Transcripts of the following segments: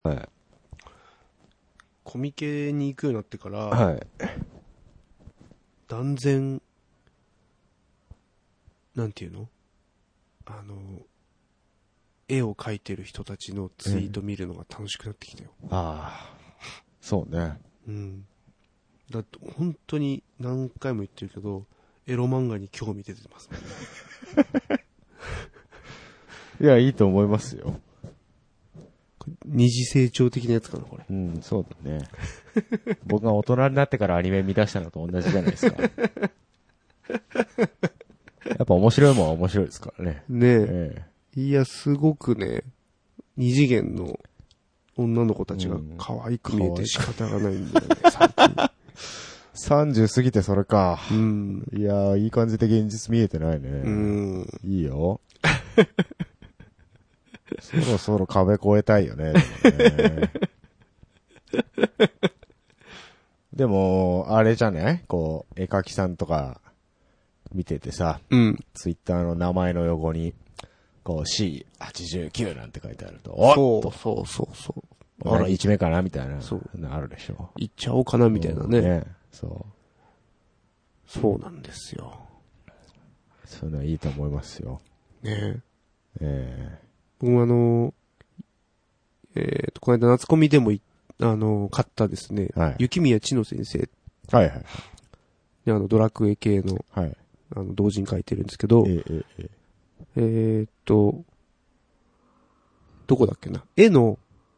はい。 コミケに行くようになってから、 はい。 断然、なんていうの？絵を描いてる人たちのツイート見るのが楽しくなってきたよ。 ああ。そうね。 うん。だって本当に何回も言ってるけど、エロ漫画に興味出てますね。 いや、いいと思いますよ。 二次成長的なやつかな、これ。 うん、そうだね。僕が大人になってからアニメ見出したのと同じじゃないですか。やっぱ面白いもんは面白いですからね。 ねえ。いや、すごくね、二次元の女の子たちが可愛く見えて仕方がないんだよね、最近。 30過ぎてそれか。 うん。 いやー、いい感じで現実見えてないね。 うん。 いいよ。そろそろ壁越えたいよね。でも、あれじゃねこう、絵描きさんとか見ててさ、 うん。 ツイッターの名前の横に、こう C89 なんて書いてあると、 そうそうそうそう。 あら、1名かなみたいな。 そうあるでしょ。 行っちゃおうかなみたいなね。 そう。 そうなんですよ。 そういうのはいいと思いますよ。 ねえ僕もこの間夏コミでも買ったですね。 はい雪宮千乃先生。 はいはい。 でドラクエ系の、 はい。 同人書いてるんですけど、どこだっけな。絵の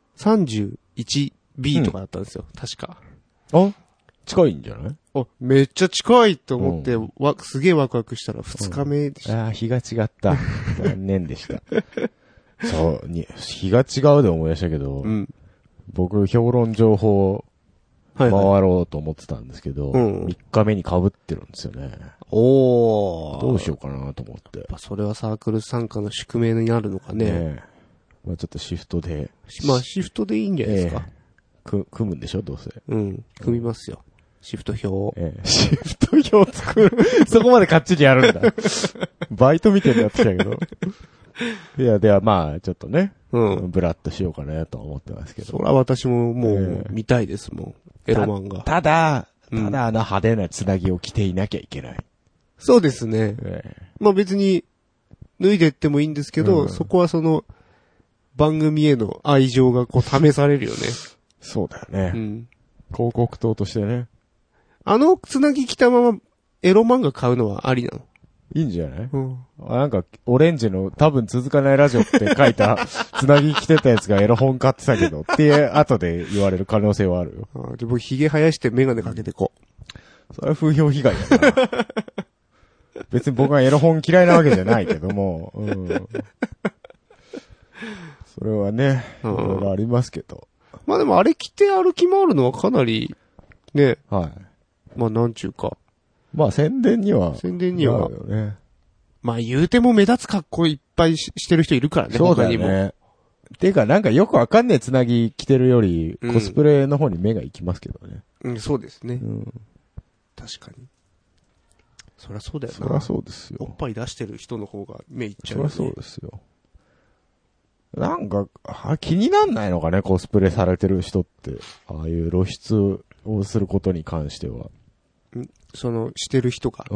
31B とかだったんですよ。確か。 あ近いんじゃないめっちゃ近いと思って、 うすげえワクワクしたら2日目でした。 ああ、日が違った。残念でした。そう、日が違うで思い出したけど、 うん。 僕、評論情報回はいはい。 ろうと思ってたんですけど、 うん 3日目に被ってるんですよね。 おー。 どうしようかなと思って。 やっぱそれはサークル参加の宿命になるのかね。 ねまあちょっとシフトで。 まあシフトでいいんじゃないですか。 組むんでしょどうせ。 うん。組みますよ。シフト表。 シフト表作る。そこまでかっちりやるんだ。バイトみたいになってきたけど。いや、ではまあ、ちょっとね、 うん。 ブラッとしようかなと思ってますけど。 そら私ももう見たいですもん。エロ漫画。 ただ、 うん派手なつなぎを着ていなきゃいけない。 そうですね。まあ別に脱いでってもいいんですけど、そこはその番組への愛情がこう試されるよね。 そうだよね。 うん。 広告塔としてね。 つなぎ着たままエロ漫画買うのはありなの？ いいんじゃない？ うん。 なんか、オレンジの多分続かないラジオって書いた、つなぎ着てたやつがエロ本買ってたけど、って後で言われる可能性はあるよ。 で、僕髭生やしてメガネかけてこう。 それは風評被害だな。別に僕はエロ本嫌いなわけじゃないけども、うん。それはね、いろいろありますけど。 まあでもあれ着て歩き回るのはかなり、ね。 はい。 まあなんちゅうか。 まあ宣伝には。 よね。 まあ言うても目立つ格好いっぱいしてる人いるからね、 そうだよね。ていうかなんかよくわかんねえつなぎ着てるより、コスプレの方に目が行きますけどね。 うん、そうですね。 うん。 確かに。そりゃそうだよな。 そりゃそうですよ。 おっぱい出してる人の方が目いっちゃうよね。 そりゃそうですよ。なんか、気になんないのかね、コスプレされてる人って。ああいう露出をすることに関しては。 してる人が。 うん。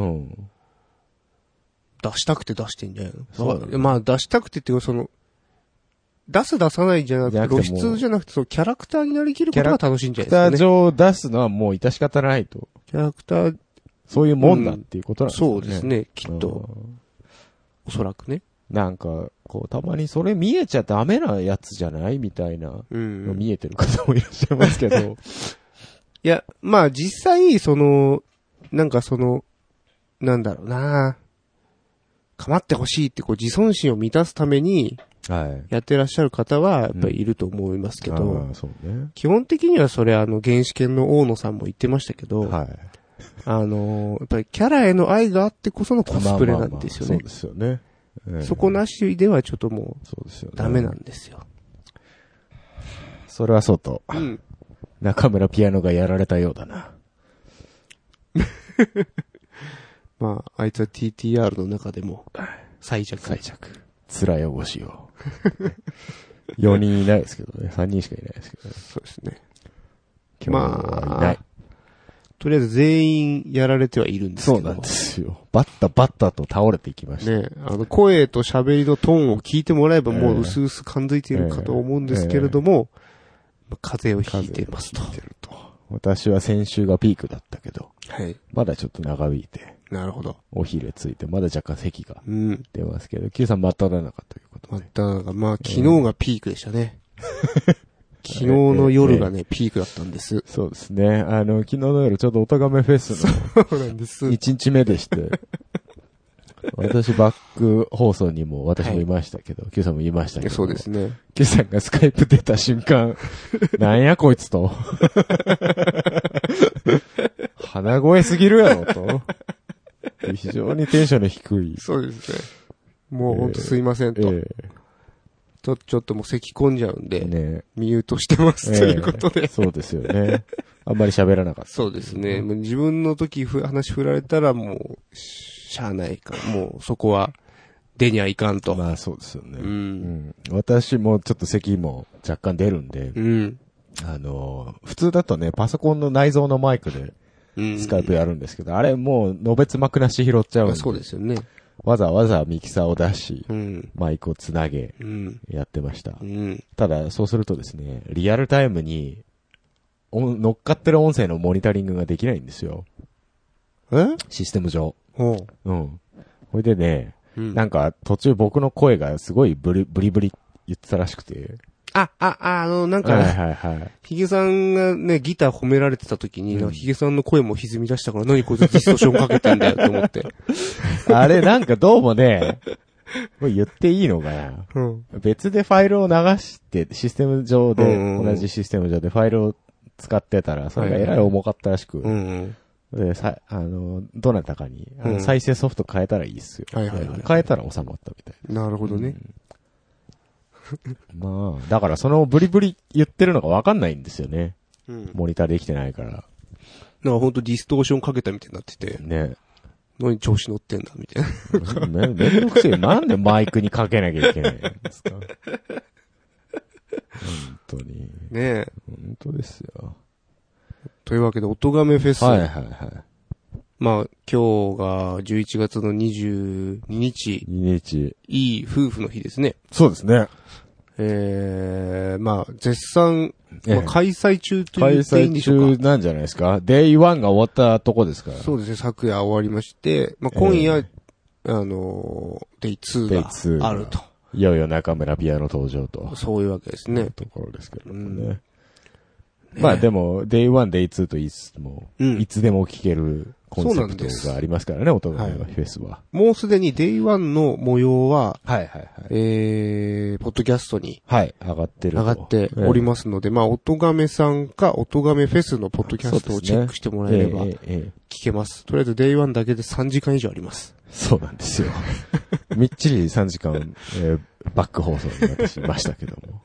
出したくて出してんじゃないの？ そうだね。 まあ出したくてっていうか出さないじゃなくて、露出じゃなくて、キャラクターになりきることが楽しいんじゃないですかね。 キャラクター上出すのはもう致し方ないと。 キャラクター、 そういうもんだっていうことなんですね。 そうですね、きっと。おそらくね。 なんか、こう、たまにそれ見えちゃダメなやつじゃないみたいな、見えてる方もいらっしゃいますけど。 いや、まあ実際、なんだろうな構ってほしいって自尊心を満たすために、やってらっしゃる方は、やっぱりいると思いますけど、 そうね、 基本的にはそれ原始圏の大野さんも言ってましたけど、 はい。 やっぱりキャラへの愛があってこそのコスプレなんですよね。 そうですよね。 そこなしではちょっともう、 そうですよね。 ダメなんですよ。 それはそうと。 うん。 中村ピアノがやられたようだな。 まあ、あいつは TTR の中でも、最弱。 面汚しを。 4人いないですけどね。3人しかいないですけどね。 そうですね。 今日はいない。 とりあえず全員やられてはいるんですけど。 そうなんですよ。バッタバッタと倒れていきました。 ね、声と喋りのトーンを聞いてもらえばもう薄々感づいているかと思うんですけれども、風邪をひいていますと。 私は先週がピークだったけど、 はい。 まだちょっと長引いて。 なるほど。 お昼ついて、まだ若干咳が出ますけど、Q さん真っ只中ということで。 真っ只中。まあ昨日がピークでしたね。昨日の夜がね、ピークだったんです。 そうですね。昨日の夜ちょうどおとがめフェスのそうなんです。 1日目でして、私バック放送にも私もいましたけど、Q さんもいましたけど。 そうですね。 Q さんがスカイプ出た瞬間、なんやこいつと。鼻声すぎるやろと。非常にテンションの低い。 そうですね。もうほんとすいませんと。ちょっともう咳込んじゃうんで、 ね、 ミュートしてますということで、 そうですよね。あんまり喋らなかった。 そうですね。もう自分の時話振られたらもう、しゃあないから、もうそこは出にはいかんと。 まあそうですよね。私もちょっと咳も若干出るんで、普通だとね、パソコンの内蔵のマイクでスカイプやるんですけど、あれもうのべつ幕なし拾っちゃうんで。 そうですよね。 わざわざミキサーを出し、マイクをつなげ、やってました。ただ、そうするとですね、リアルタイムに、乗っかってる音声のモニタリングができないんですよ。システム上。ほいでね、なんか途中僕の声がすごいブリブリ言ってたらしくて。 なんか、ヒゲさんがね、ギター褒められてた時に、ヒゲさんの声も歪み出したから、何こいつディストーションかけてんだよって思って。 あれなんかどうもね、これ言っていいのかな、別でファイルを流して、システム上で、同じシステム上でファイルを使ってたら、それがえらい重かったらしく、で、どなたかに、再生ソフト変えたらいいっすよ。変えたら収まったみたいな。 なるほどね。 まあ、だからそのブリブリ言ってるのがわかんないんですよね。モニターできてないから。 なんかほんとディストーションかけたみたいになってて。 ね。 何調子乗ってんだみたいな。めんどくせえ。なんでマイクにかけなきゃいけないんですか。本当に。 ねえ。 本当ですよ。 というわけで、おとがめフェス。まあ、今日が11月の22日。いい夫婦の日ですね。 そうですね。 まあ、絶賛、開催中と言っていいんでしょうか。 開催中なんじゃないですか。デイ1が終わったとこですから。 そうですね、昨夜終わりまして、まあ今夜、デイ2があると。 いよいよ中村ピアノ登場と。 そういうわけですね。 ところですけどね。まあでも、デイ1、デイ2と言いつつも、いつでも聴けるコンセプトがありますからね、おとがめフェスは。 もうすでにデイ1の模様は、ポッドキャストに、 上がっておりますので、まあ、おとがめさんか、おとがめフェスのポッドキャストをチェックしてもらえれば、聞けます。とりあえずデイ1だけで3時間以上あります。 そうなんですよ。みっちり3時間、バック放送に私いましたけども。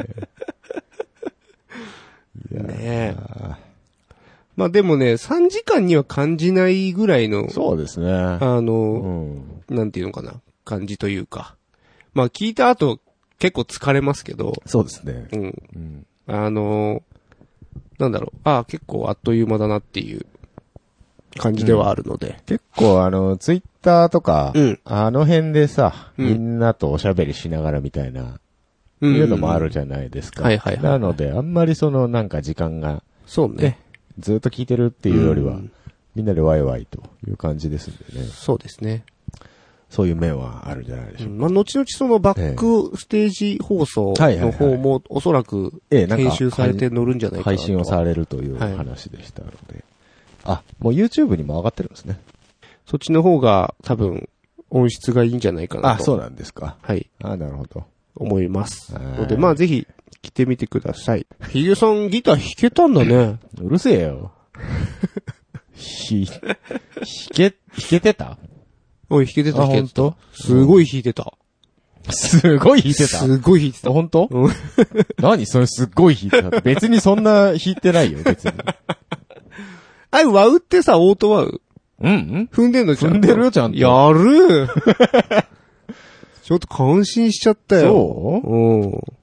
ねえ。まあでもね、3時間には感じないぐらいの、 そうですね。 なんていうのかな、感じというか。まあ聞いた後結構疲れますけど。 そうですね。 なんだろう。結構あっという間だなっていう感じではあるので。 結構ツイッターとか、あの辺でさ、みんなとおしゃべりしながらみたいな、いうのもあるじゃないですか。なので、あんまりなんか時間が、 そうね。 ずっと聞いてるっていうよりは、みんなでワイワイという感じですんでね。 そうですね。 そういう面はあるんじゃないでしょうか。 まあ、後々そのバックステージ放送の方もおそらく編集されて載るんじゃないかなと。 配信をされるという話でしたので。もう YouTube にも上がってるんですね。 そっちの方が多分音質がいいんじゃないかなと。 そうなんですか。 はい。 なるほど。 思います。ので、まあぜひ来てみてください。ヒゲさんギター弾けたんだね。 うるせえよ。弾けてた？ おい、弾けてた。ほんと？すごい弾いてた。 すごい弾いてた？ すごい弾いてた。 ほんと？何それすっごい弾いてた。別にそんな弾いてないよ、別に。 ワウってさ、オートワウ。踏んでんの？ 踏んでるよ、ちゃんと。 やるちょっと感心しちゃったよ。 そう？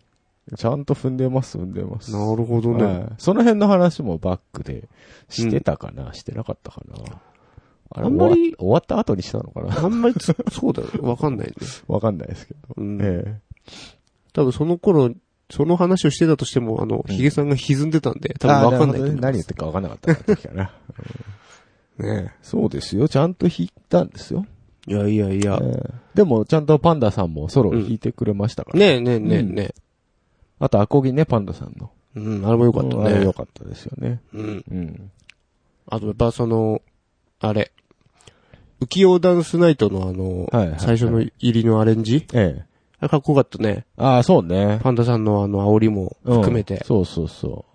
ちゃんと踏んでます。 なるほどね、はい。 その辺の話もバックでしてたかな、してなかったかな。 あんまり終わった後にしたのかな。 あんまりそうだよ。わかんないね。 わかんないですけど。 多分その頃、その話をしてたとしても、ヒゲさんが歪んでたんで、多分わかんないと思います。 何言ってるかわかんなかった時かな。ねえ。そうですよ。ちゃんと弾いたんですよ。 いや。 でも、ちゃんとパンダさんもソロを弾いてくれましたから。 ねえ。 あと、アコギね、パンダさんの。 あれもよかったね。 あれよかったですよね。 あと、やっぱあれ。浮世ダンスナイトの最初の入りのアレンジ、あれかっこよかったね。 ああ、そうね。 パンダさんの煽りも含めて。 そう。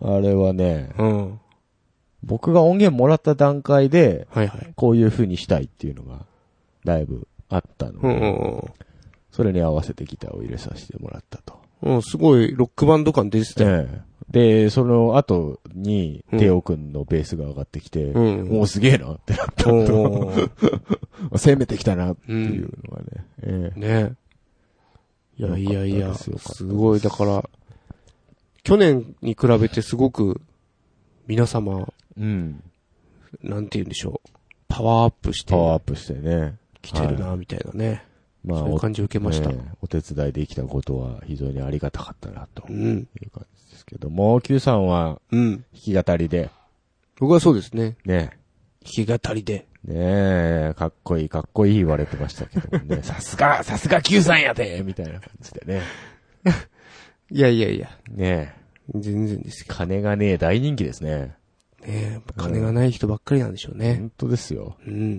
あれはね、僕が音源もらった段階で、こういう風にしたいっていうのが、だいぶあったので、それに合わせてギターを入れさせてもらったと。 すごいロックバンド感出てたよ。 で、その後に、テオくんのベースが上がってきて、もうすげえなってなったと。攻めてきたなっていうのがね。 ね。いや、すごい、だから、去年に比べてすごく、皆様、なんて言うんでしょう。パワーアップしてね。 来てるな、みたいなね。まあ、そういう感じを受けました。 お手伝いできたことは非常にありがたかったな、という感じですけども、Q さんは、弾き語りで。 僕はそうですね。 ね。 弾き語りで。 ねえ、かっこいい言われてましたけどもね。さすが Q さんやでみたいな感じでね。 いや。 ねえ。 全然ですよ。 金がねえ大人気ですね。 ねえ、金がない人ばっかりなんでしょうね。 本当ですよ。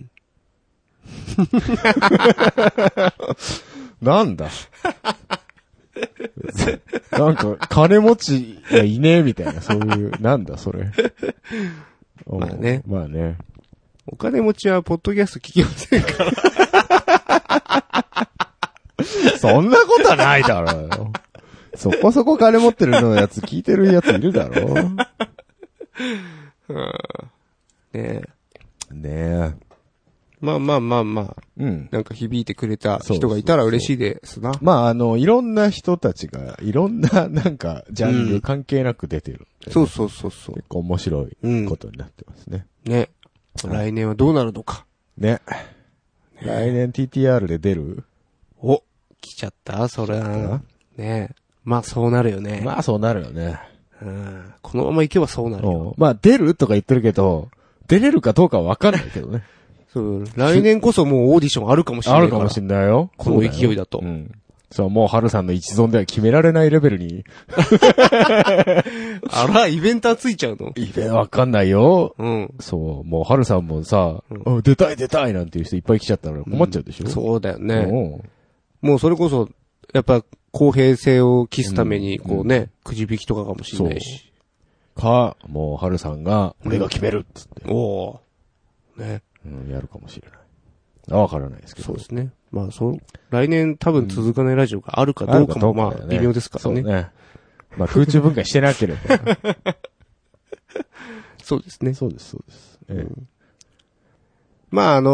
なんだなんか、金持ちがいねえみたいな、そういう、なんだそれ。 まあね。 お金持ちはポッドキャスト聞きませんから。 そんなことはないだろうよ。そこそこ金持ってるのやつ聞いてるやついるだろう。 ねえ。 まあ。なんか響いてくれた人がいたら嬉しいですな。 まあいろんな人たちが、いろんななんか、ジャンル関係なく出てる、 ね。そう。結構面白いことになってますね。 ね。来年はどうなるのか。 ね。来年 TTR で出る？ お、来ちゃったそれは。ね。まあそうなるよね。このまま行けばそうなるよ。 まあ出るとか言ってるけど、出れるかどうかはわかんないけどね。 そう、来年こそもうオーディションあるかもしれない。 あるかもしれないよ。 この勢いだと。 そう、もう春さんの一存では決められないレベルに。 あら、イベンターついちゃうの？ わかんないよ。そう、もう春さんもさ、出たいなんていう人いっぱい来ちゃったら困っちゃうでしょ？ そうだよね。もうそれこそ、やっぱ公平性を期すために、こうね、くじ引きとかかもしれないし。 もう春さんが、俺が決めるっつって。 ね。 やるかもしれない。わからないですけど。 そうですね。まあ、来年多分続かないラジオがあるかどうかも、まあ、微妙ですからね。 そうね。まあ、空中分解してなければ。 そうですね。 そうです。 まあ、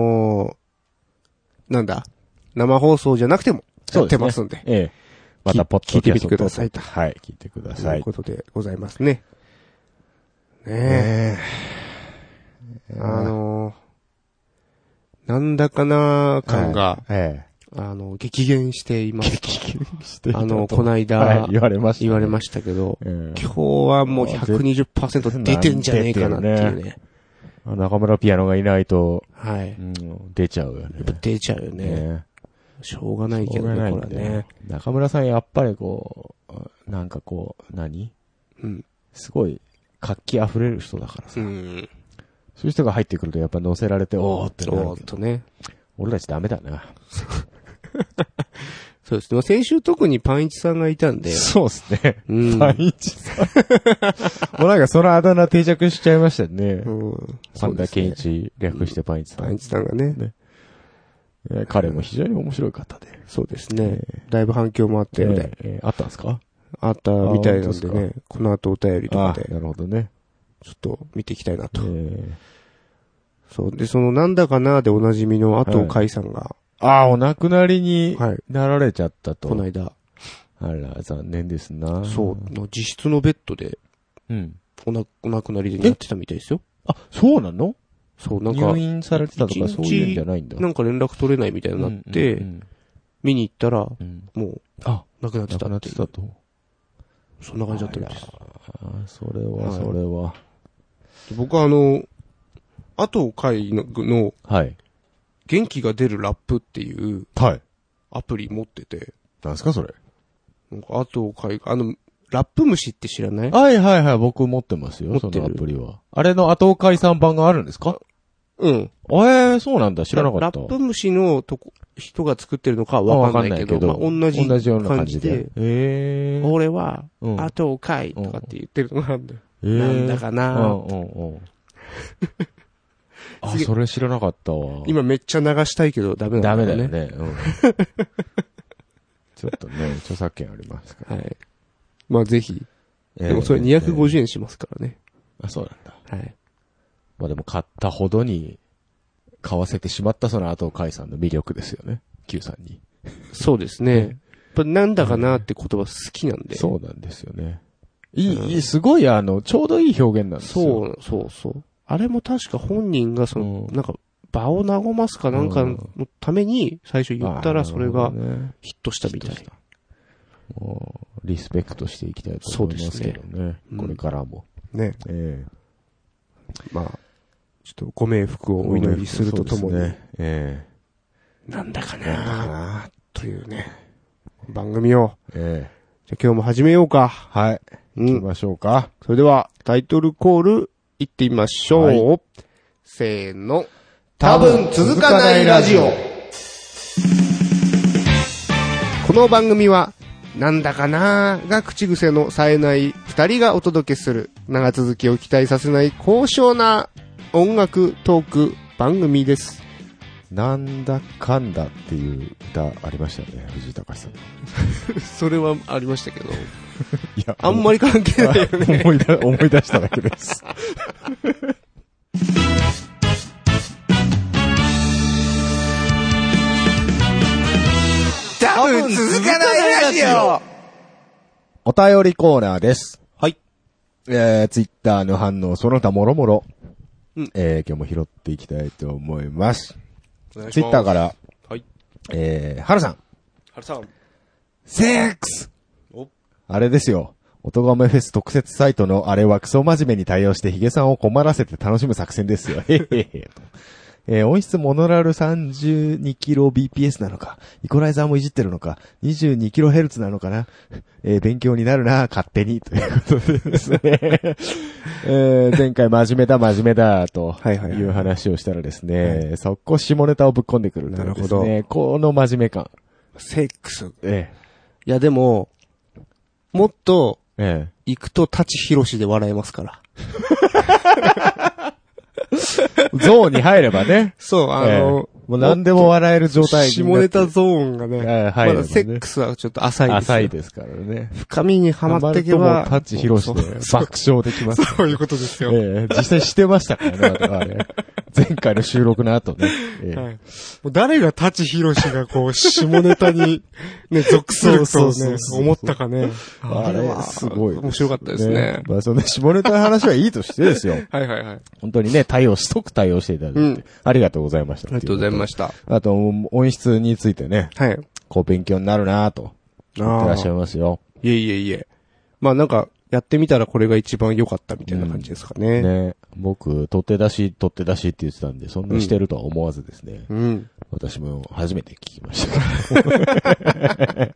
なんだ、生放送じゃなくても、やってますんで。 また、ポッドキャスト。 聞いてみてくださいと。 はい、聞いてください。 ということでございますね。ねえ。なんだかな感が、激減しています。 激減していたと。 こないだ、 言われましたけど、今日はもう 120% 出てんじゃねえかなっていうね。 中村ピアノがいないと、出ちゃうよね。 やっぱ出ちゃうよね。しょうがないけどね、これね。 中村さんやっぱりなんかすごい活気溢れる人だからさ。そういう人が入ってくるとやっぱ乗せられて、おーってなる。 おーっとね。 俺たちダメだな。 そうですね。先週特にパンイチさんがいたんで。 そうですね。パンイチさん。もうなんかそのあだ名定着しちゃいましたね。パンダケンイチ略してパンイチさん。 パンイチさんがね。 彼も非常に面白い方で。 そうですね。だいぶ反響もあったよね。 あったんですか？ あったみたいなんでね。この後お便りとかで。 なるほどね。 ちょっと見ていきたいなと。そう。で、なんだかなでおなじみの阿藤海さんが。 お亡くなりになられちゃったと。 この間。 あら、残念ですな。 そう。自室のベッドで、 うん。 お亡くなりでなってたみたいですよ。 あ、そうなの？ そう、なんか。 入院されてたとかそういうんじゃないんだ。 なんか連絡取れないみたいになって、見に行ったら、もう、亡くなってた。亡くなってたと。そんな感じだったんです。 それは。 僕は後を会の、 はい。 元気が出るラップっていう、 はい。 アプリ持ってて。 なんすかそれ？ なんか後を会、ラップ虫って知らない？ はいはいはい、僕持ってますよ、そのアプリは。あれの後を会さん版があるんですか？ うん。 そうなんだ、知らなかった。 ラップ虫の人が作ってるのかはわかんないけど、まあ、同じような感じで、俺は、後を会とかって言ってるのがあるんだよ。なんだかなそれ知らなかったわ。 今めっちゃ流したいけどダメなんだよね。 ダメだよね。ちょっとね、著作権ありますから。 はい。まあぜひ。でもそれ250円しますからね。 そうなんだ。 はい。 まあでも買ったほどに買わせてしまったその後海さんの魅力ですよね。Q さんに。 そうですね。やっぱなんだかなって言葉好きなんで。 そうなんですよね。すごいちょうどいい表現なんですよ。 そう。あれも確か本人がなんか場を和ますかなんかのために最初言ったらそれがヒットしたみたいな。 もうリスペクトしていきたいと思いますけどね。これからも。 ね。まあ、ちょっとご冥福をお祈りするとともに。なんだかなというね、番組を。じゃあ今日も始めようか。 はい。行きましょうか。 それではタイトルコール行ってみましょう。はい、せーの。多分続かないラジオ。この番組は、なんだかなーが口癖の冴えない二人がお届けする長続きを期待させない高尚な音楽トーク番組です。 なんだかんだっていう歌ありましたよね、藤井隆さん。 それはありましたけど。 いや、 あんまり関係ないよね。 思い出しただけです。 多分続かないラジオ。 お便りコーナーです。 はい。 ツイッターの反応、その他もろもろ。今日も拾っていきたいと思います。ツイッターから。 はい。 はるさん。セックス！あれですよ。おとがめフェス特設サイトのあれはクソ真面目に対応してヒゲさんを困らせて楽しむ作戦ですよ。へへへ。音質モノラル 32kbps なのか、イコライザーもいじってるのか、22kHz なのかな、勉強になるな、勝手に、ということでですね。前回真面目だ、という話をしたらですね、速攻下ネタをぶっ込んでくるというですね。なるほど。この真面目感。 セックス。いやでも、もっと、行くと舘ひろしで笑えますから。 ゾーンに入ればね。 そう、 もう何でも笑える状態に。 下ネタゾーンがね、 入る、 まだセックスはちょっと浅いです。 浅いですからね。 深みにはまっていけば。 タッチ広して爆笑できます。 そういうことですよ。 実際してましたからね、あれ。前回の収録の後ね。 はい、もう誰が舘ひろしがこう、下ネタにね、属するとね、思ったかね。 あれはすごい。 面白かったですね。 まあその下ネタの話はいいとしてですよ。 はいはいはい。 本当にね、即対応していただいて、ありがとうございました。 ありがとうございました。 あと、音質についてね。 はい。 こう勉強になるなぁと。言ってらっしゃいますよ。 いえ。まあなんか、やってみたらこれが一番良かったみたいな感じですかね。 ね。僕、取って出しって言ってたんで、そんなしてるとは思わずですね。私も初めて聞きました。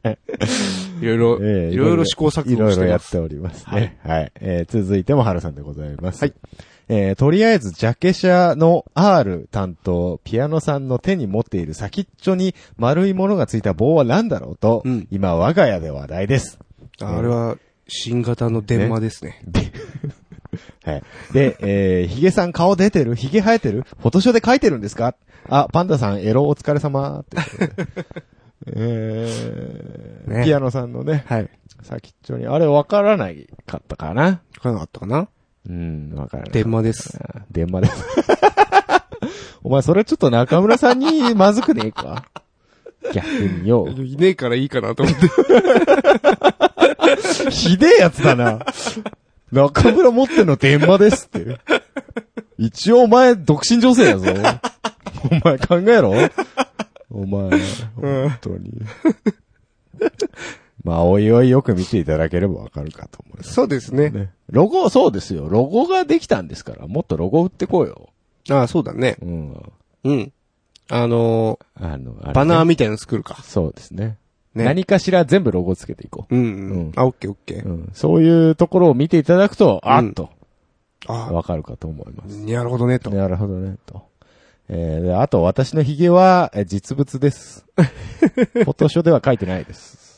いろいろ試行錯誤してます。 いろいろやっておりますね。はい。続いても春さんでございます。はい。とりあえず、ジャケ写の R 担当、ピアノさんの手に持っている先っちょに丸いものがついた棒は何だろうと、今我が家で話題です。 あれは、新型の電話ですね。 はい。で、ヒゲさん顔出てる？ヒゲ生えてる？フォトショーで描いてるんですか？あ、パンダさんエロお疲れ様ってピアノさんのね、先っちょに、あれ分からないかったかな？ 分からなかったかな？ 分からない。 電話です。 電話です。お前それちょっと中村さんにまずくねえか？ 逆によ。 いねえからいいかなと思って。 ひでえやつだな。中村持ってんの電話ですって。一応お前、独身女性やぞ。お前考えろ。お前、本当に。まあ、おいおいよく見ていただければわかるかと思います。 そうですね。 ロゴ、そうですよ。ロゴができたんですから、もっとロゴ売ってこうよ。 ああ、そうだね。うん。うん。バナーみたいなの作るか。 そうですね。何かしら全部ロゴつけていこう。 うんうん。あ、オッケーオッケー。 そういうところを見ていただくと、あっと。わかるかと思います。 なるほどね、と。 なるほどね、と。あと私の髭は実物です。フォトショーでは書いてないです。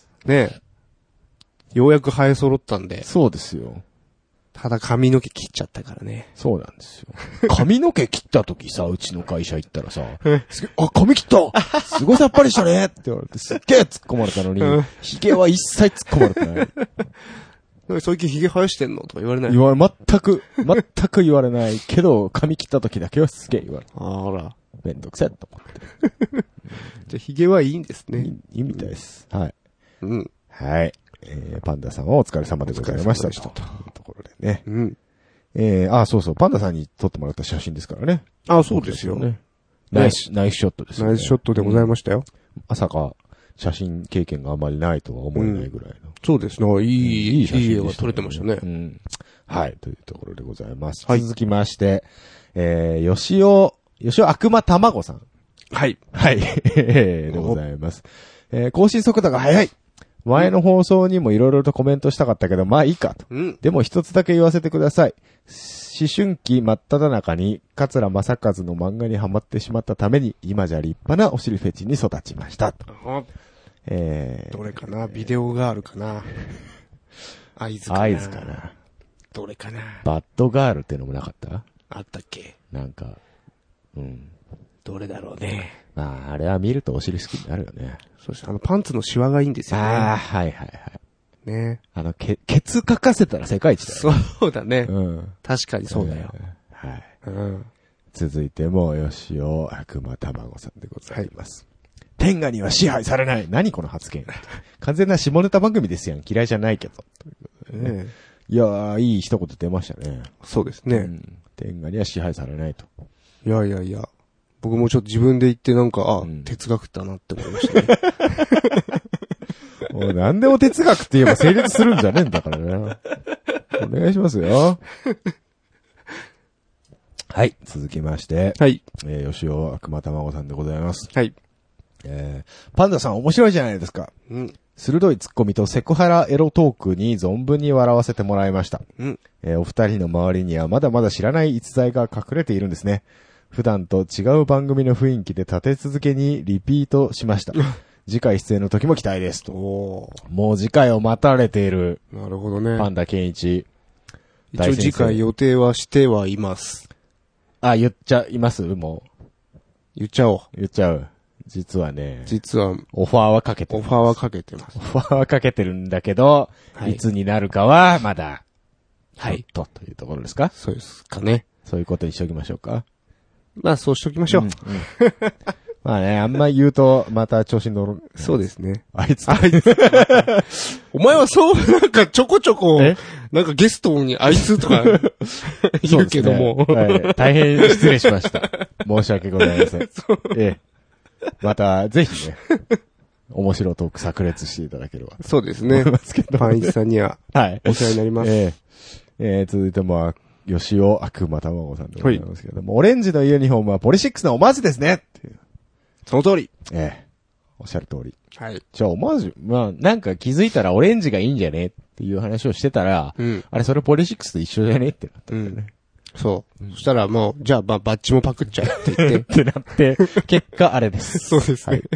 ねえ。ようやく生え揃ったんで。 そうですよ。 ただ髪の毛切っちゃったからね。 そうなんですよ。髪の毛切った時さ、うちの会社行ったらさ、髪切ったすごいさっぱりしたねって言われて、すっげえ突っ込まれたのに、髭は一切突っ込まれてない。 最近髭生やしてんのとか言われない？ 全く言われないけど、髪切った時だけはすげえ言われる。 あら。 めんどくせえと思って。 じゃあ髭はいいんですね。 いいみたいです。はい。 うん。 はい。パンダさんはお疲れ様でございました。というところでね。うん。そうそう、パンダさんに撮ってもらった写真ですからね。 あ、そうですよ。ね。 ナイスショットですよね。 ナイスショットでございましたよ。 まさか、写真経験があまりないとは思えないぐらいの。 そうですね。いい写真が撮れてましたね。 うん。はい、というところでございます。はい。続きまして、吉尾悪魔卵さん。 はい。 はい。でございます。更新速度が早い。前の放送にもいろいろとコメントしたかったけど、まあいいかと。うん、でも一つだけ言わせてください。思春期真っ只中に、桂正和の漫画にハマってしまったために、今じゃ立派なお尻フェチに育ちました。どれかな、ビデオガールかな合図かなどれかなバッドガールってのもなかった？ あったっけ？ なんか、うん。 どれだろうね。 まあ、あれは見るとお尻好きになるよね。 そうです。パンツのシワがいいんですよね。 ああ、はいはいはい。 ね。 ケツ書かせたら世界一だよ、 ね。そうだね。うん。確かにそうだよ。 はい。うん。続いても、吉尾悪魔卵さんでございます。はい、天下には支配されない。何この発言。完全な下ネタ番組ですやん。嫌いじゃないけど。ね、いやー、いい一言出ましたね。 そうですね。うん、 天下には支配されないと。 いや。僕もちょっと自分で言ってなんか、哲学だなって思いましたね。 もう何でも哲学って言えば成立するんじゃねえんだからね。お願いしますよ。はい、続きまして。 はい。 吉尾悪魔卵さんでございます。 はい。 パンダさん面白いじゃないですか。うん。鋭いツッコミとセクハラエロトークに存分に笑わせてもらいました。うん。お二人の周りにはまだまだ知らない逸材が隠れているんですね。普段と違う番組の雰囲気で立て続けにリピートしました。次回出演の時も期待ですと。もう次回を待たれている。 なるほどね。 パンダケンイチ。 一応次回予定はしてはいます。 あ、言っちゃいますもう。 言っちゃおう。 言っちゃう。実はね。オファーはかけてます。 オファーはかけてます。 オファーはかけてるんだけど、はい、いつになるかはまだ。 はい。 というところですか？ そうですかね。 そういうことにしときましょうか。 まあ、そうしときましょう。 まあね、あんま言うと、また調子に乗る。 そうですね。 あいつ。 お前はそう、なんかちょこちょこ、なんかゲストにあいつとか言うけども、 はい。大変失礼しました。申し訳ございません。また、ぜひね、面白いトーク炸裂していただければ。 そうですね。パンイチさんには、はい。お世話になります。 続いても、吉尾悪魔卵さんでございますけども、オレンジのユニフォームはポリシックスのオマージュですねっていう。 その通り。 おっしゃる通り。 はい。 じゃあオマージュ、まあ、なんか気づいたらオレンジがいいんじゃねっていう話をしてたら、あれそれポリシックスと一緒じゃねってなったんだよね。 そう。そしたらもう、じゃあバッジもパクっちゃえって言って。 ってなって、結果あれです。 そうですね。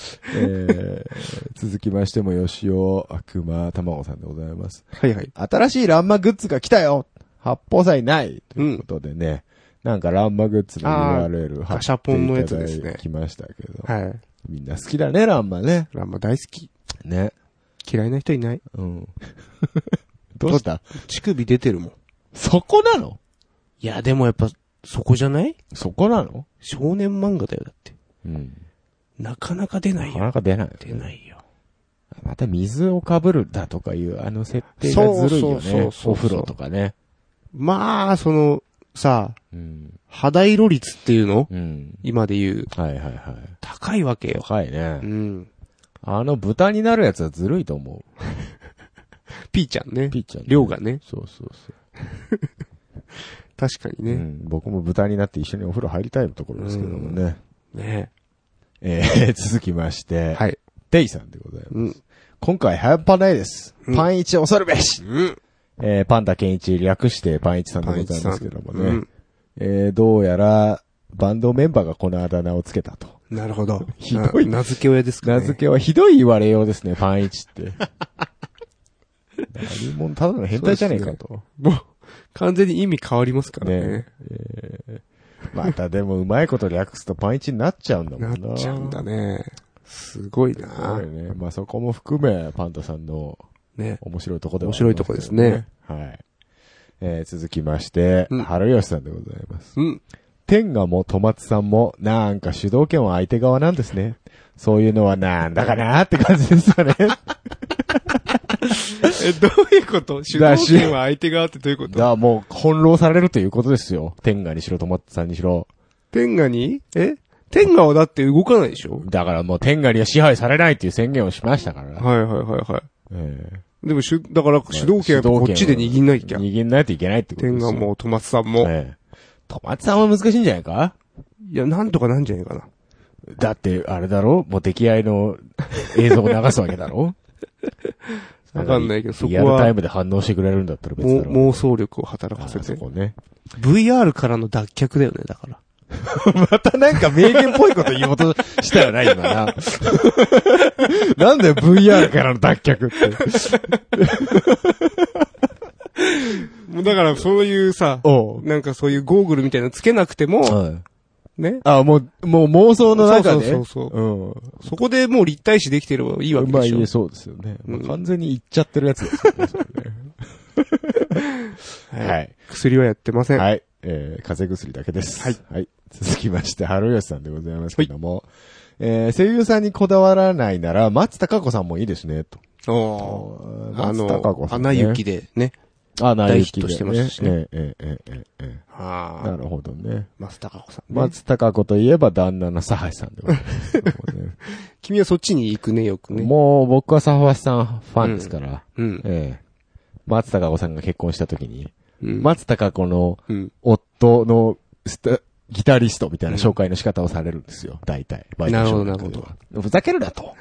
続きましても吉尾悪魔卵さんでございます。 はいはい。 新しいランマグッズが来たよ発泡剤ないということでね、なんかランマグッズの URL ガシャポンのやつですね。 来ましたけど。 はい。 みんな好きだね、ランマね。 ランマ大好き。 ね。 嫌いな人いない。 うん。どうした？ 乳首出てるもん。 そこなの？ いや、でもやっぱ、そこじゃない？ そこなの？ 少年漫画だよ、だって。うん。 なかなか出ないよ。 なかなか出ない、ね。 出ないよ。 また水をかぶるだとかいう設定がずるいよね。お風呂とかね。 まあ、さ、肌色率っていうの、今で言う。 はいはいはい。 高いわけよ。 高いね。豚になるやつはずるいと思う。 ピーちゃんね。 ピーちゃん、ね。 量がね。 そうそうそう。 確かにね、 僕も豚になって一緒にお風呂入りたいところですけどもね。 ね続きまして。 はい。 テイさんでございます。今回半端ないです。パンイチ恐るべし。パンダケンイチ略してパンイチさんでございますけどもね。どうやらバンドメンバーがこのあだ名をつけたと。 なるほど。 ひどい。 名付け親ですかね。 名付けはひどい言われようですね、パンイチって。何もただの変態じゃねえかと。 もう、完全に意味変わりますからね。 またでもうまいこと略すとパンイチになっちゃうんだもんな。 なっちゃうんだね。すごいな。すごいね。まあそこも含め、パンダさんの、面白いとこでは、 面白いとこですね。 はい。続きまして、春吉さんでございます。天下も戸松さんも、なんか主導権は相手側なんですね。そういうのはなんだかなーって感じですよね。 どういうこと主導権は相手側ってどういうこと？ もう翻弄されるということですよ。天下にしろ、戸松さんにしろ。 天下に？天下はだって動かないでしょ？ だからもう天下には支配されないっていう宣言をしましたから。 はいはいはいはい。でもだから主導権はこっちで握んないきゃ。 握んないといけないってことですよ。 天下も戸松さんも。 戸松さんは難しいんじゃないか？ いや、なんとかなんじゃないかな。 だって、あれだろ？もう出来合いの映像を流すわけだろ？ わかんないけど、そこは。 リアルタイムで反応してくれるんだったら別だろ。 妄想力を働かせて。 そこね。 VR からの脱却だよね、だから。 またなんか名言っぽいこと言おうとしたよな、今な。なんだよ、VR からの脱却って。 もうだからそういうさ、なんかそういうゴーグルみたいなのつけなくても、ね。 もう妄想の中で。 そう。そこでもう立体視できてればいいわけでしょ。 まあそうですよね。完全にいっちゃってるやつですよね。はい。 薬はやってません。 はい。風邪薬だけです。はい。続きまして、春吉さんでございますけども、声優さんにこだわらないなら、松たか子さんもいいですね、と。 松たか子さん。アナ雪でね。 大ヒットしてましたしね。 なるほどね。 松たか子さん。 松たか子といえば旦那の佐橋さんでございますけどもね。 君はそっちに行くね、よくね。 もう僕は佐橋さんファンですから。松たか子さんが結婚した時に、松たか子の夫のギタリストみたいな紹介の仕方をされるんですよ、大体。 なるほど、なるほど。 ふざけるなと。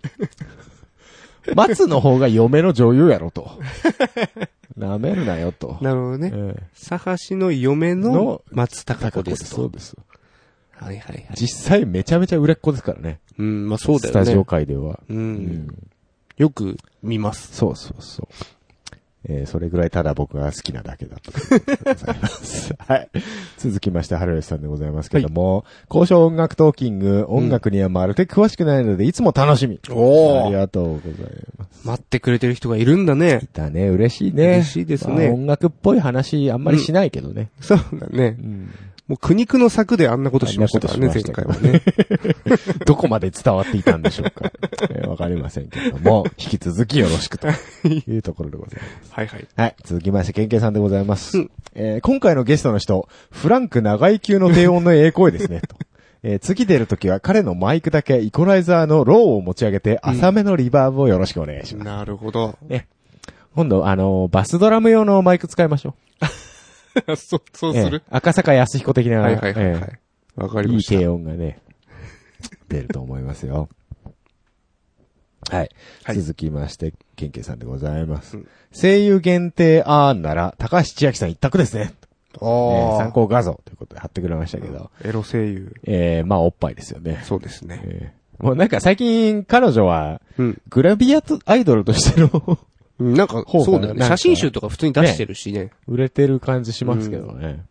松の方が嫁の女優やろと。舐めるなよと。 なるほどね。佐橋の嫁の松たか子ですと。 そうです。 はいはいはい。 実際めちゃめちゃ売れっ子ですからね。 まあそうだよね。 スタジオ界では。 よく見ます。 そう。それぐらいただ僕が好きなだけだとございます。はい。続きまして、春吉さんでございますけども、交渉音楽トーキング、音楽にはまるで詳しくないので、いつも楽しみ。ありがとうございます。 待ってくれてる人がいるんだね。 いたね、嬉しいね。 嬉しいですね。 音楽っぽい話あんまりしないけどね。 そうだね。もう苦肉の策であんなことしましたからね、前回はね。 どこまで伝わっていたんでしょうか。わかりませんけども、引き続きよろしくというところでございます。 はいはい。 はい。続きまして、ケンケンさんでございます。今回のゲストの人、フランク長井級の低音のええ声ですね、と。次出るときは彼のマイクだけイコライザーのローを持ち上げて、浅めのリバーブをよろしくお願いします。 なるほど。 今度、バスドラム用のマイク使いましょう。 そうする、 赤坂康彦的な。 はい。わかりました。 いい低音がね、出ると思いますよ。はい。続きまして、ケンケンさんでございます。声優限定なら、高橋千秋さん一択ですね。参考画像ということで貼ってくれましたけど。 エロ声優。 まあ、おっぱいですよね。 そうですね。 もうなんか最近、彼女は、グラビアアイドルとしての、 なんか、そうだよね。写真集とか普通に出してるしね。 売れてる感じしますけどね。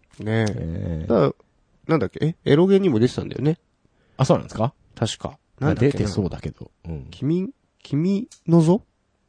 なんだっけエロゲにも出てたんだよね。 あ、そうなんですか？ 確か。 出てそうだけど。 君のぞ？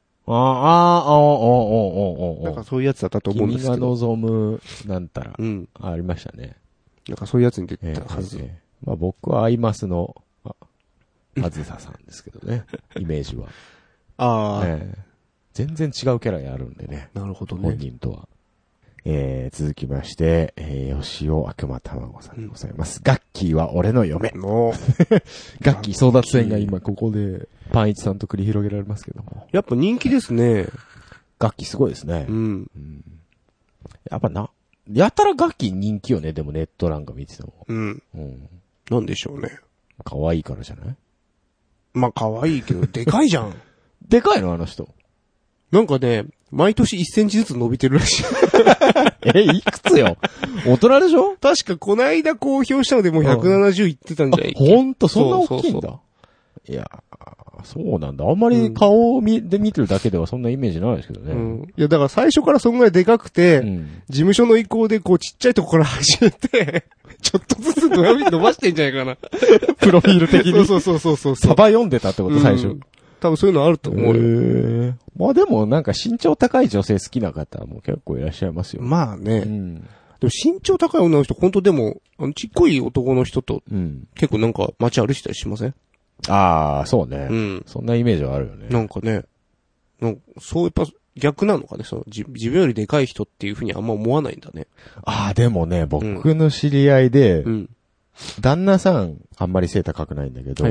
なんかそういうやつだったと思うんですけど。 君が望む、なんたら。ありましたね。 なんかそういうやつに出てたはず。 まあ僕はアイマスの、 あずささんですけどね。イメージは。 ああ、 全然違うキャラやるんでね。 なるほどね。 本人とは。続きまして、吉尾悪魔卵さんでございます。ガッキーは俺の嫁。ガッキー争奪戦が今ここでパンイチさんと繰り広げられますけども。 やっぱ人気ですね。 ガッキーすごいですね。 うん。 やっぱやたらガッキー人気よね、でもネットなんか見てても。 うん。なんでしょうね。 可愛いからじゃない？ まあ可愛いけど、でかいじゃん。 でかいのあの人。 なんかね、毎年1センチずつ伸びてるらしい。 いくつよ？大人でしょ？ 確かこの間公表したのでもう170いってたんじゃないっけ？ ほんと、そんな大きいんだ。いや、そうなんだ。あんまり顔で見てるだけではそんなイメージないですけどね。 いや、だから最初からそんぐらいでかくて、事務所の意向でこうちっちゃいとこから始めて、ちょっとずつ伸ばしてんじゃないかな。 プロフィール的に。 そう。 サバ読んでたってこと最初。 多分そういうのあると思うよ。 まあでもなんか身長高い女性好きな方も結構いらっしゃいますよ。 まあね。でも身長高い女の人、本当でも、ちっこい男の人と、結構なんか街歩いてたりしません？ ああ、そうね。そんなイメージはあるよね。 なんかね。そうやっぱ逆なのかね。自分よりでかい人っていうふうにあんま思わないんだね。 ああ、でもね、僕の知り合いで、旦那さんあんまり背高くないんだけど、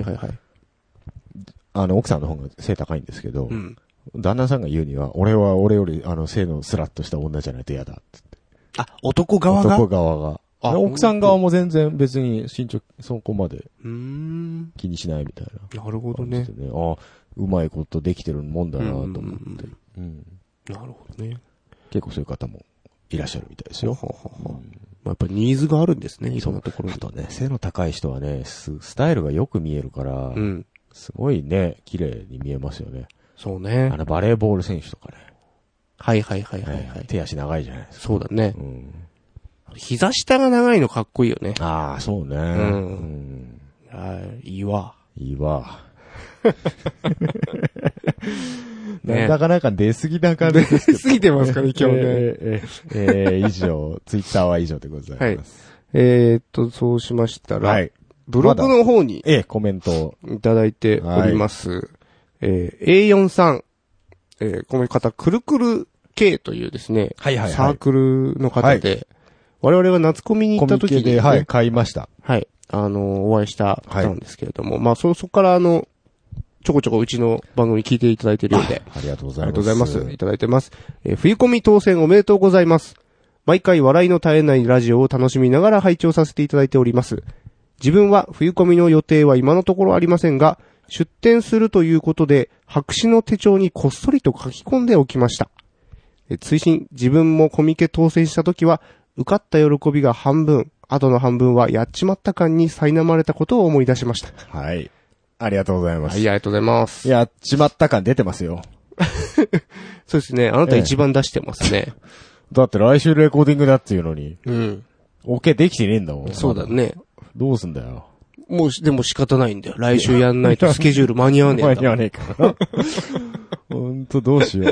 奥さんの方が背高いんですけど、旦那さんが言うには、俺より背のスラッとした女じゃないと嫌だって。 あ、男側が？ 男側が。奥さん側も全然別に身長そこまで気にしないみたいな。 なるほどね。 うまいことできてるもんだなと思って。 なるほどね。 結構そういう方もいらっしゃるみたいですよ。 やっぱりニーズがあるんですね、いろんなところに。 あとね、背の高い人はね、スタイルがよく見えるから、すごいね、綺麗に見えますよね。 そうね。 バレーボール選手とかね。 はい。 手足長いじゃないですか。 そうだね。膝下が長いのかっこいいよね。 ああ、そうね。 いいわ。 いいわ。なかなか出過ぎな感じですけど。 出過ぎてますからね、今日ね。 以上、ツイッターは以上でございます。 そうしましたら、ブログの方に、 コメントをいただいております。A4 さん、この方、くるくる K というですね、サークルの方で、我々が夏コミに行った時に、 で、買いました。 はい。お会いした方なんですけれども、まあ、そこからちょこちょこうちの番組聞いていただいているようで。 ありがとうございます。 ありがとうございます。いただいてます。冬コミ当選おめでとうございます。毎回笑いの絶えないラジオを楽しみながら拝聴させていただいております。自分は冬コミの予定は今のところありませんが、出展するということで、白紙の手帳にこっそりと書き込んでおきました。追伸、自分もコミケ当選した時は、受かった喜びが半分、あとの半分はやっちまった感に苛まれたことを思い出しました。 はい。ありがとうございます。 はい、ありがとうございます。 やっちまった感出てますよ。 そうですね。あなた一番出してますね。 だって来週レコーディングだっていうのに。 OK できてねえんだもん。 そうだね。 どうすんだよ。 でも仕方ないんだよ。来週やんないとスケジュール間に合わねえんだ。 間に合わねえから。ほんとどうしよう。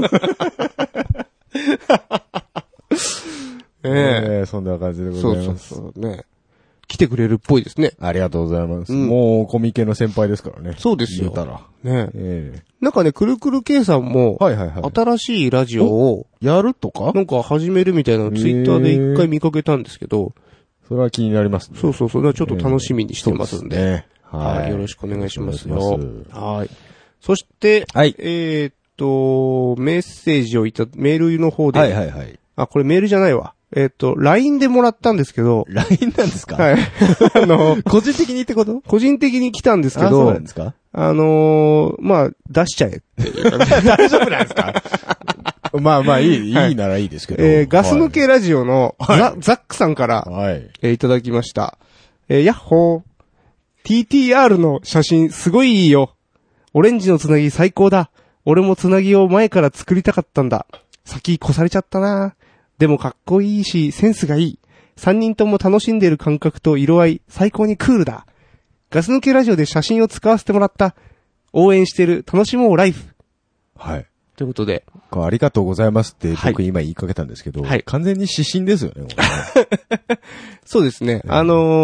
そんな感じでございます。 そうね。来てくれるっぽいですね。 ありがとうございます。もうコミケの先輩ですからね。 そうですよ。 言うたら。 ね。なんかね、くるくる K さんも、新しいラジオを、 やるとかなんか始めるみたいなのツイッターで一回見かけたんですけど、 それは気になりますね。 そう。ちょっと楽しみにしてますんで。 はい。 よろしくお願いしますよ。はい。そして、メッセージをメールの方で。あ、これメールじゃないわ。LINE でもらったんですけど。 LINE なんですか？ はい。 個人的にってこと？ 個人的に来たんですけど。 そうなんですか？ まあ、出しちゃえっていう。 大丈夫なんですか？まあ、いいならいいですけど。 ガス抜けラジオのザックさんから、いただきました。ヤッホー。TTR の写真すごいいいよ。オレンジのつなぎ最高だ。俺もつなぎを前から作りたかったんだ。先越されちゃったな。でもかっこいいし、センスがいい。3人とも楽しんでいる感覚と色合い、最高にクールだ。ガス抜けラジオで写真を使わせてもらった。応援してる、楽しもうライフ。 はい。 ということで。 ありがとうございますって僕今言いかけたんですけど、完全に指針ですよね。 そうですね。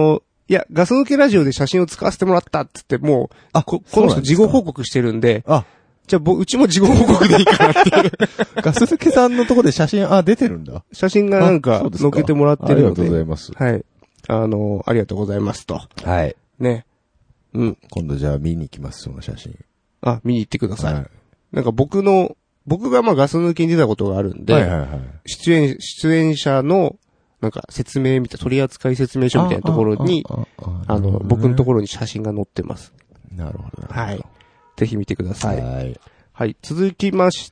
いや、ガス抜けラジオで写真を使わせてもらったって言って、もう、この人事後報告してるんで、じゃあうちも事後報告でいいかなっていう。 ガス抜けさんのとこで写真、出てるんだ。 写真がなんか、載っけてもらってるので。 ありがとうございます。 はい。ありがとうございますと。 はい。 ね。うん。 今度じゃあ見に行きます、その写真。 見に行ってください。はい、なんか僕がまあガス抜けに出たことがあるんで、 はいはいはい、 出演者の、なんか説明取扱説明書みたいなところに、僕のところに写真が載ってます。 なるほど。 はい。ぜひ見てください。 はい。 はい。続きまして、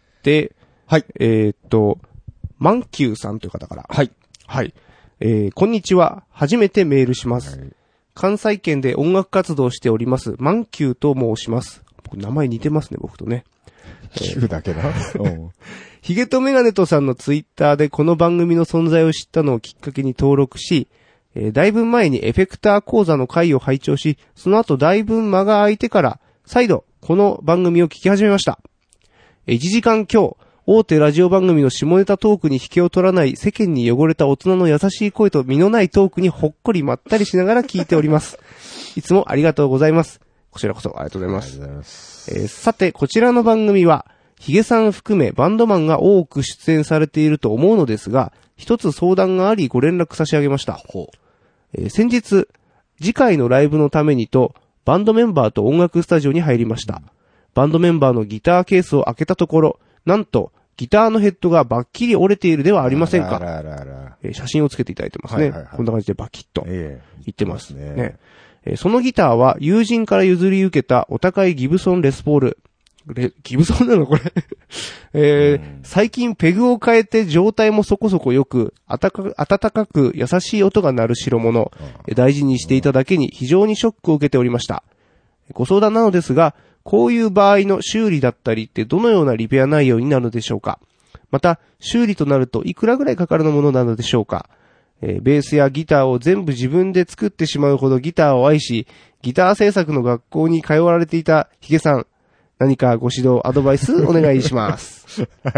はい。 マンキューさんという方から。 はい。 はい。こんにちは。初めてメールします。はい、関西圏で音楽活動しております、マンキューと申します。名前似てますね、僕とね。 キューだけな。 ヒゲとメガネとさんのツイッターでこの番組の存在を知ったのをきっかけに登録し、だいぶ前にエフェクター講座の回を拝聴し、その後だいぶ間が空いてから、再度この番組を聞き始めました。1時間今日、大手ラジオ番組の下ネタトークに引けを取らない世間に汚れた大人の優しい声と身のないトークにほっこりまったりしながら聞いております。いつもありがとうございます。こちらこそありがとうございます。 ありがとうございます。 さて、こちらの番組は、ヒゲさん含めバンドマンが多く出演されていると思うのですが、一つ相談がありご連絡差し上げました。先日、次回のライブのためにと、バンドメンバーと音楽スタジオに入りました。バンドメンバーのギターケースを開けたところ、なんと、ギターのヘッドがバッキリ折れているではありませんか。写真をつけていただいてますね。はいはいはい、こんな感じでバキッと言ってますね。そのギターは友人から譲り受けたお高いギブソンレスポール。ギブソンなのこれ、最近ペグを変えて状態もそこそこ良く、温かく優しい音が鳴る代物、大事にしていただけに非常にショックを受けておりました。ご相談なのですが、こういう場合の修理だったりってどのようなリペア内容になるのでしょうか。また、修理となるといくらぐらいかかるものなのでしょうか。ベースやギターを全部自分で作ってしまうほどギターを愛し、ギター制作の学校に通われていたヒゲさん、何かご指導、アドバイスお願いします。 はい。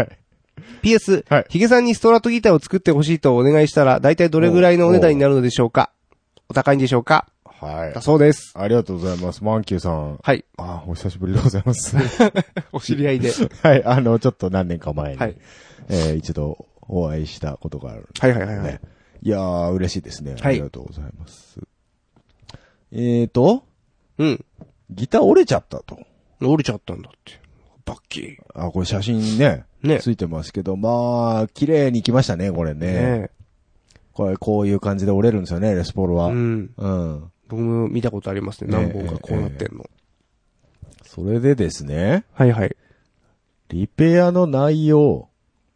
PS、はい、ヒゲさんにストラトギターを作ってほしいとお願いしたら、だいたいどれぐらいのお値段になるのでしょうか。お高いんでしょうか。 はい。 だそうです。 ありがとうございます。マンキューさん。 はい。 お久しぶりでございます。 お知り合いで。 はい。ちょっと何年か前に、はい、一度お会いしたことがある、 はいはいはいはい。 いやー、嬉しいですね。ありがとうございます。 うん。 ギター折れちゃったと。 折れちゃったんだって。バッキリ。 これ写真ね。ついてますけど、まあ、綺麗に来ましたね、これね。こういう感じで折れるんですよね、レスポールは。うん。 僕も見たことありますね。何本かこうなってんの。 それでですね。 はいはい。 リペアの内容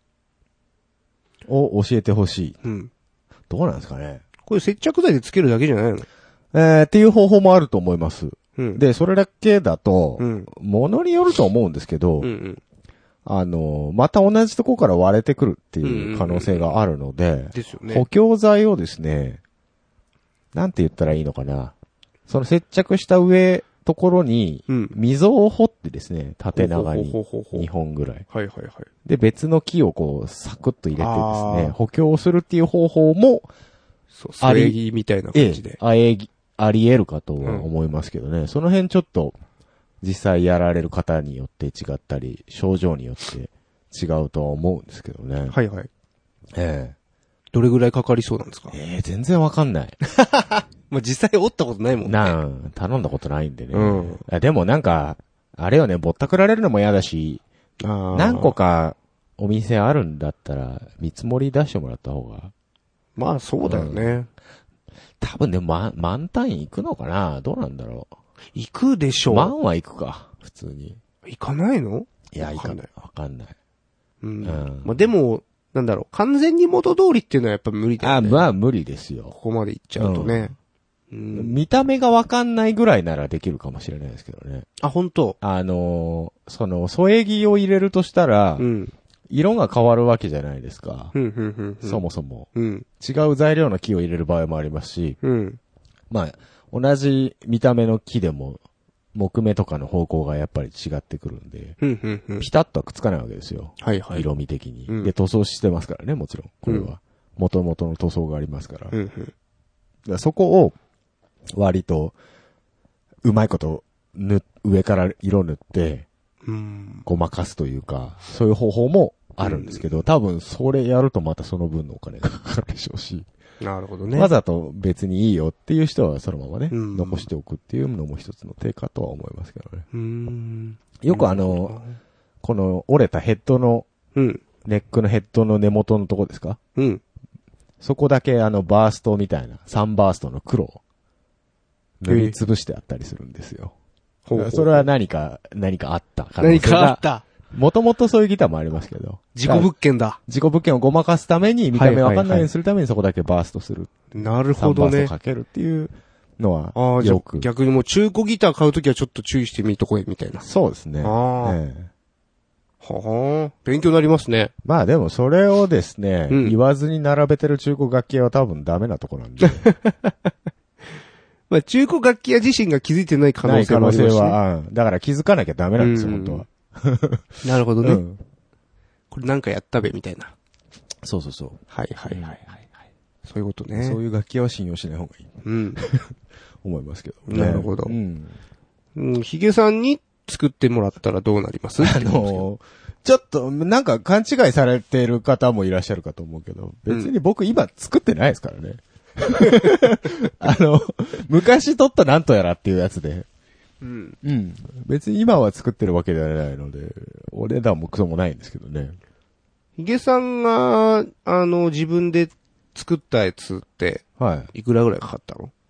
を教えてほしい。 うん。 どうなんですかね。 これ接着剤でつけるだけじゃないの？ っていう方法もあると思います。 うん、 で、それだけだと、ものによると思うんですけど、また同じとこから割れてくるっていう可能性があるので、 ですよね。 補強剤をですね、なんて言ったらいいのかな。その接着したところに、溝を掘ってですね、縦長に2本ぐらい。 はいはいはい。 で、別の木をこう、サクッと入れてですね、補強するっていう方法も、 ありみたいな感じで。 あり得るかとは思いますけどね。その辺ちょっと、実際やられる方によって違ったり、症状によって違うとは思うんですけどね。 はいはい。どれぐらいかかりそうなんですか？ 全然わかんない。 まあ実際折ったことないもんね。 頼んだことないんでね。でもなんか、あれよね、ぼったくられるのも嫌だし、何個かお店あるんだったら、見積もり出してもらった方が。 まあそうだよね。 多分ね、満単位行くのかな？どうなんだろう。 行くでしょう。 万は行くか、普通に。 行かないの？ いや、行かない。わかんない。 まあでも、なんだろう、完全に元通りっていうのはやっぱ無理だよね。 まあ無理ですよ。 ここまで行っちゃうとね。 見た目がわかんないぐらいならできるかもしれないですけどね。 本当？ 添え木を入れるとしたら、色が変わるわけじゃないですか。そもそも。違う材料の木を入れる場合もありますし、まあ、同じ見た目の木でも、木目とかの方向がやっぱり違ってくるんで、ピタッとはくっつかないわけですよ。 はいはい。 色味的に。で、塗装してますからね、もちろん。これは。元々の塗装がありますから。そこを、 割と、うまいこと上から色塗って、ごまかすというか、そういう方法もあるんですけど、多分それやるとまたその分のお金がかかるでしょうし。 なるほどね。 わざと別にいいよっていう人はそのままね、残しておくっていうのも一つの手かとは思いますけどね。よくこの折れたヘッドの、ネックのヘッドの根元のとこですか？そこだけバーストみたいな、サンバーストの黒を塗りつぶしてあったりするんですよ。それは何かあった可能性が。何かあった。もともとそういうギターもありますけど。 自己物件だ。 自己物件をごまかすために、見た目わかんないようにするためにそこだけバーストする。 なるほどね。 サンバーストかけるっていうのは、よく。 逆にもう中古ギター買うときはちょっと注意してみとこいみたいな。 そうですね。 勉強になりますね。 まあでもそれをですね、言わずに並べてる中古楽器屋は多分ダメなとこなんで。 まあ中古楽器屋自身が気づいてない可能性もありますね。 だから気づかなきゃダメなんですよ、本当は。 なるほどね。これなんかやったべ、みたいな。 そうそうそう。 はい。そういうことね。 そういう楽器は信用しない方がいい。思いますけど。 なるほど。ヒゲさんに作ってもらったらどうなりますちょっと、なんか勘違いされてる方もいらっしゃるかと思うけど、別に僕今作ってないですからね。昔撮ったなんとやらっていうやつで。別に今は作ってるわけではないので、お値段もクソもないんですけどね。 ヒゲさんが、自分で作ったやつって、いくらぐらいかかったの？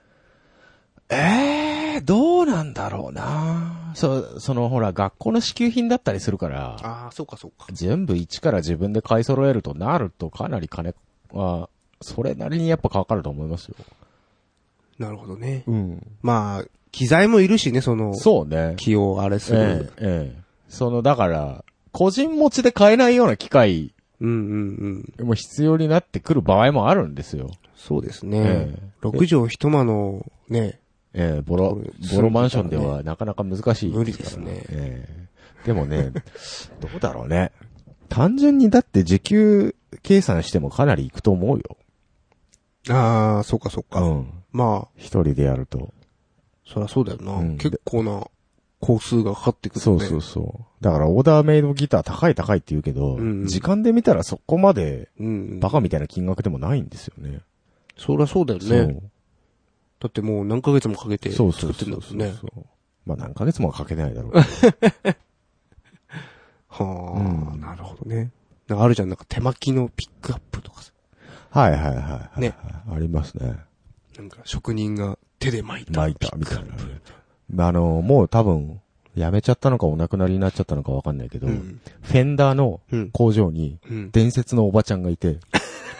どうなんだろうな。ほら、学校の支給品だったりするから。 ああ、そうか。 全部一から自分で買い揃えるとなるとかなり金は、それなりにやっぱかかると思いますよ。 なるほどね。まあ、機材もいるしね、 そうね。 気をあれする。 だから、個人持ちで買えないような機械も必要になってくる場合もあるんですよ。 そうですね。6畳一間のね、 ボロマンションではなかなか難しい。 無理ですね。 でもね、どうだろうね。単純にだって時給計算してもかなりいくと思うよ。 ああ、そうか。まあ。 一人でやると。 そりゃそうだよな。結構な工数がかかってくるね。 そう。だからオーダーメイドギター高いって言うけど、時間で見たらそこまでバカみたいな金額でもないんですよね。 そりゃそうだよね。だってもう何ヶ月もかけて作ってるんだもんね。 まあ何ヶ月もはかけないだろう。 なるほどね。あるじゃん、なんか手巻きのピックアップとかさ。 はい。 ね。 ありますね。 なんか職人が手で巻いたみたいな。もう多分、やめちゃったのかお亡くなりになっちゃったのかわかんないけど、フェンダーの工場に伝説のおばちゃんがいて、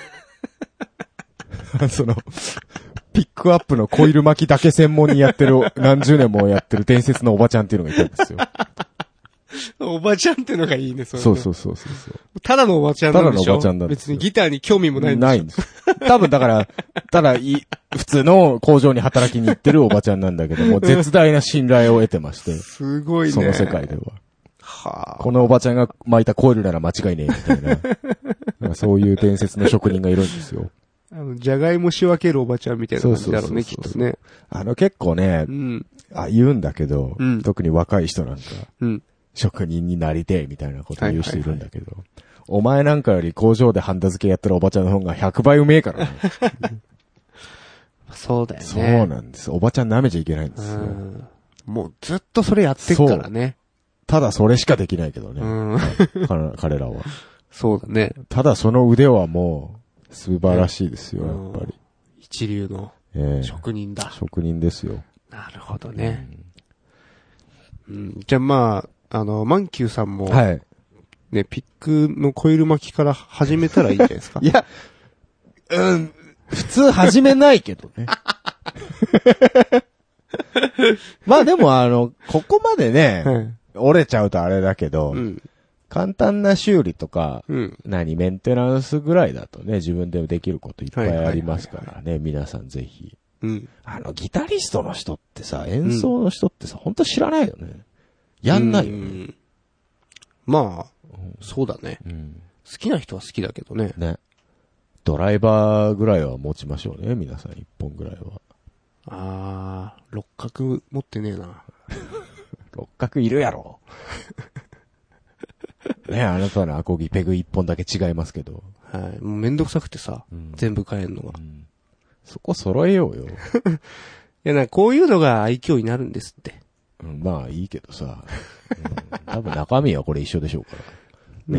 ピックアップのコイル巻きだけ専門にやってる、何十年もやってる伝説のおばちゃんっていうのがいたんですよ。 おばちゃんってのがいいね、それ。 そう。 ただのおばちゃんなんでしょ？ ただのおばちゃんだ。 別にギターに興味もないんでしょ？ ないんです。多分だから、普通の工場に働きに行ってるおばちゃんなんだけども、絶大な信頼を得てまして。 すごいね。 その世界では。このおばちゃんが巻いたコイルなら間違いねえみたいな。そういう伝説の職人がいるんですよ。 じゃがいも仕分けるおばちゃんみたいな感じだろうね、きっとね。 結構ね、言うんだけど、特に若い人なんか、職人になりてえみたいなことを言う人いるんだけど、お前なんかより工場でハンダ付けやってるおばちゃんの方が100倍うめえからね。 そうだよね。 そうなんです。おばちゃん舐めちゃいけないんですよ。 もうずっとそれやってっからね。 ただそれしかできないけどね。彼らは。 そうだね。 ただその腕はもう、素晴らしいですよ、やっぱり。 一流の職人だ。 職人ですよ。 なるほどね。じゃあまあ、マンキューさんも、ね、ピックのコイル巻きから始めたらいいんじゃないですか。 いや、普通始めないけどね。まあでもここまでね、折れちゃうとあれだけど、簡単な修理とか、メンテナンスぐらいだとね、自分でできることいっぱいありますからね、皆さんぜひ。ギタリストの人ってさ、演奏の人ってさ、本当知らないよね。やんないよね。 まあ、そうだね。好きな人は好きだけどね。 ね。ドライバーぐらいは持ちましょうね、皆さん一本ぐらいは。 六角持ってねえな。 六角いるやろ。ね、あなたのアコギペグ一本だけ違いますけど。 はい。もうめんどくさくてさ、全部変えるのが。 そこ揃えようよ。いや、こういうのが愛嬌になるんですって。 まあいいけどさ。多分中身はこれ一緒でしょうから。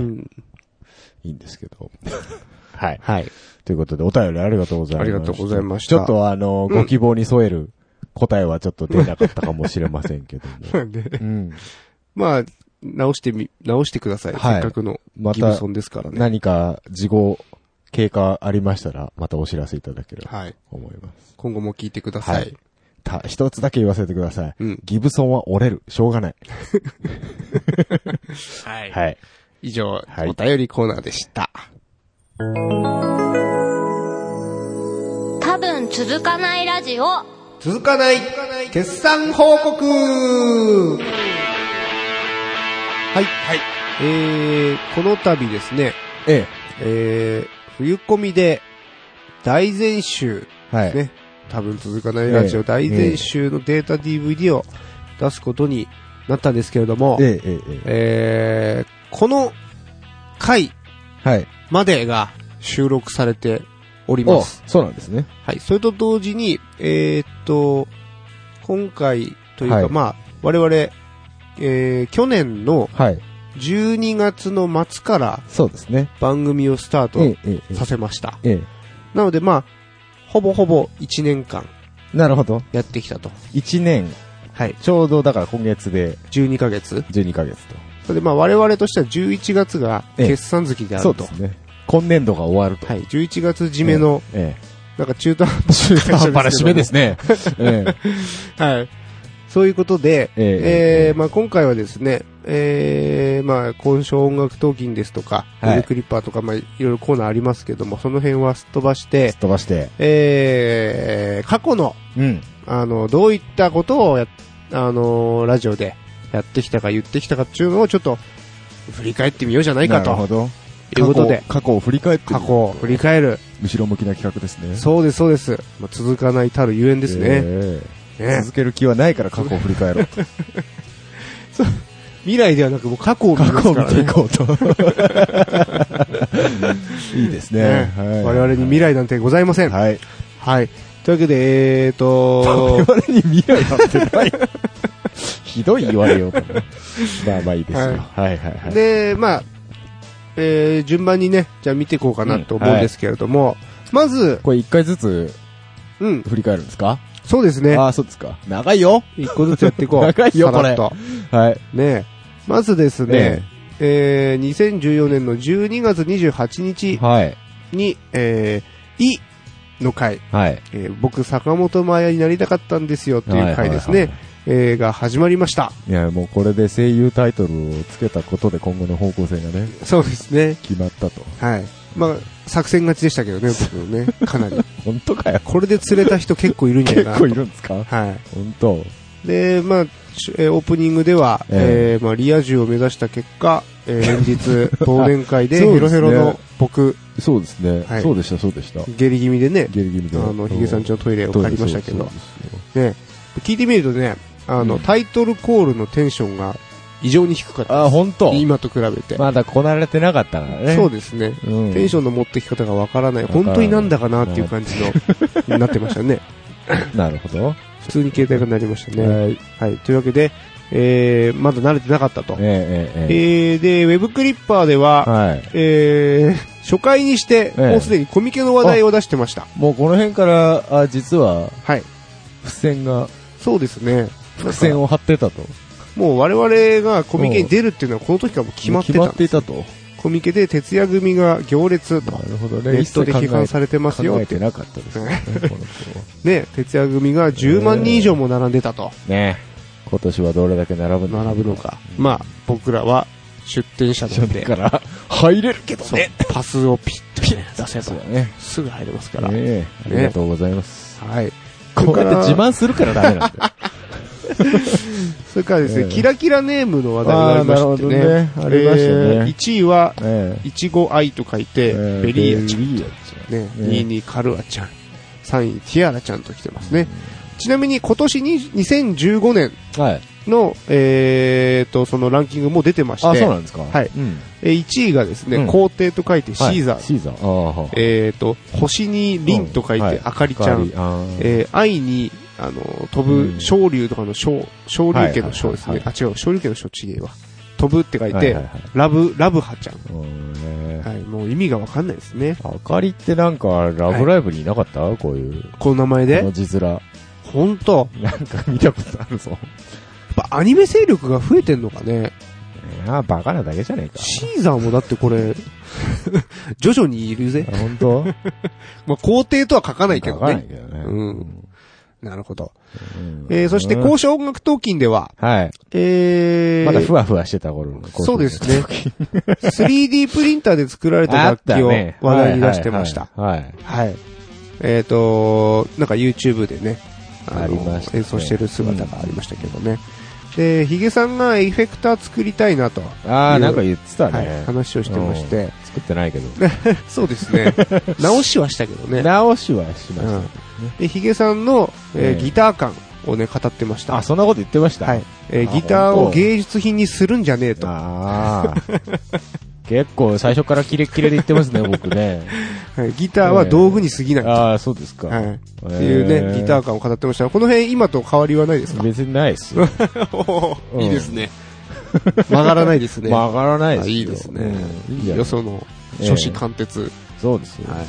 ね。いいんですけど。はい。はい。ということで、お便りありがとうございました。 ありがとうございました。 ちょっとご希望に添える答えはちょっと出なかったかもしれませんけども。 まあ、直してください。はい、せっかくのギブソンですからね。 何か事後経過ありましたら、またお知らせいただければと思います。 今後も聞いてください。 一つだけ言わせてください。ギブソンは折れる。しょうがない。 はい。はい。以上、お便りコーナーでした。 多分続かないラジオ。 続かない決算報告。はい。はい。この度ですね。冬込みで大全集ですね。多分続かないラジオ大全集のデータ DVD を出すことになったんですけれども、この回までが収録されております。 そうなんですね。 はい。それと同時に、今回というか、まあ、我々、去年の12月の末からそうですね。 番組をスタートさせました。なのでまあ、ほぼほぼ1年間。 なるほど。 やってきたと。 1年。はい。ちょうどだから今月で。 12ヶ月 ?12 ヶ月と。 それでまあ我々としては11月が決算月であると。 そうですね。今年度が終わると。 はい。11月締めの、なんか中途半端な締めですね。 はい。そういうことで、まあ今回はですね、まあ今週音楽トーキンですとか、ウェブクリッパーとか、まあいろいろコーナーありますけども、その辺はすっ飛ばして、過去の、どういったことをラジオでやってきたか言ってきたかっていうのをちょっと振り返ってみようじゃないかと。 なるほど。 ということで。 過去を振り返って過去を振り返る。 後ろ向きな企画ですね。 そうです、そうです。まあ、続かないたるゆえんですね。 続ける気はないから過去を振り返ろうと。 未来ではなくもう過去を見ますからね。 過去を見ていこうと。いいですね。 我々に未来なんてございません。はい。はい。というわけで、 我々に未来なんてない。ひどい言われようかな。まあまあいいですよ。はいはいはい。 で、まあ、順番にね、じゃあ見ていこうかなと思うんですけれども、まず、 これ一回ずつ、振り返るんですか？ そうですね。 ああ、そうですか。長いよ。 一個ずつやっていこう。 長いよ、これ。はい。 ねまずですね、2014年の12月28日に、いの回。はい。僕、坂本真綾になりたかったんですよっていう回ですね。が始まりました。 いや、もうこれで声優タイトルをつけたことで今後の方向性がね。 そうですね。 決まったと。 はい。まあ、作戦勝ちでしたけどね、僕ね。かなり。 本当かよ。 これで釣れた人結構いるんじゃないかな。 結構いるんですか？はい。本当。 で、まあ、オープニングでは、まあ、リア充を目指した結果、連日、忘年会でヘロヘロの僕。 そうですね。はい、そうでした、そうでした。 下痢気味でね。 下痢気味で。 ヒゲさんちのトイレを借りましたけど。ね。聞いてみるとね、タイトルコールのテンションが異常に低かったです。 あ、本当。 今と比べて。 まだこなれてなかったからね。 そうですね。テンションの持ってき方がわからない。本当になんだかなっていう感じの、なってましたね。 なるほど。 普通に携帯が鳴りましたね。はい。というわけで、まだ慣れてなかったと。で、ウェブクリッパーでは、初回にして、もうすでにコミケの話題を出してました。 もうこの辺から、実は、はい。付箋が、 そうですね。 伏線を張ってたと。 もう我々がコミケに出るっていうのはこの時からもう決まってた。 決まっていたと。 コミケで徹夜組が行列と。 なるほどね。 ネットで批判されてますよって。 考えてなかったですね。 ね、徹夜組が10万人以上も並んでたと。 ね。今年はどれだけ並ぶのか。まあ、僕らは出店者なので。 から入れるけどね。 パスをピッと出せばね。すぐ入れますから。 ありがとうございます。 はい。 こうやって自慢するからダメなんだよ。 それからですね、キラキラネームの話題がありましてね。 ありましたね。 1位は、いちごアイと書いて、ベリーヤちゃん。ね、2位にカルアちゃん。3位にティアラちゃんと来てますね。 ちなみに今年に2015年の、そのランキングも出てまして。 あ、そうなんですか。 はい。1位がですね、皇帝と書いてシーザー。 シーザー。 星に凛と書いてあかりちゃん。愛に、飛ぶ、昇竜とかの昇竜家の昇ですね。あ、違う、昇竜家の昇ちげえわ。飛ぶって書いて、ラブハちゃん。はい、もう意味がわかんないですね。 あかりってなんか、ラブライブにいなかった、こういう。 この名前でこの字面。 ほんとなんか見たことあるぞ。 やっぱアニメ勢力が増えてんのかね。 バカなだけじゃねえか。 シーザーもだってこれ、徐々にいるぜ。 ほんとまあ、皇帝とは書かないけどね。 書かないけどね。 うん。なるほど。そして交渉音楽トーキンでは、 はい。まだふわふわしてた頃の。 そうですね。3D プリンターで作られた楽器を話題に出してました。 はい。 はい。なんか YouTube でね、 ありました。 演奏してる姿がありましたけどね。で、ヒゲさんがエフェクター作りたいなと。 なんか言ってたね。 話をしてまして。 作ってないけど。 そうですね。直しはしたけどね。 直しはしました。 で、ヒゲさんのギター感をね、語ってました。 あ、そんなこと言ってました。 はい。ギターを芸術品にするんじゃねえと。 結構最初からキレッキレで言ってますね、僕ね。 はい、ギターは道具に過ぎない。 ああ、そうですか。 はい。っていうね、ギター感を語ってました。この辺今と変わりはないですか？ 別にないですよ。 いいですね。曲がらないですね。 曲がらないですよ。 いいですね。よその、初子貫徹。 そうですよ。 はい。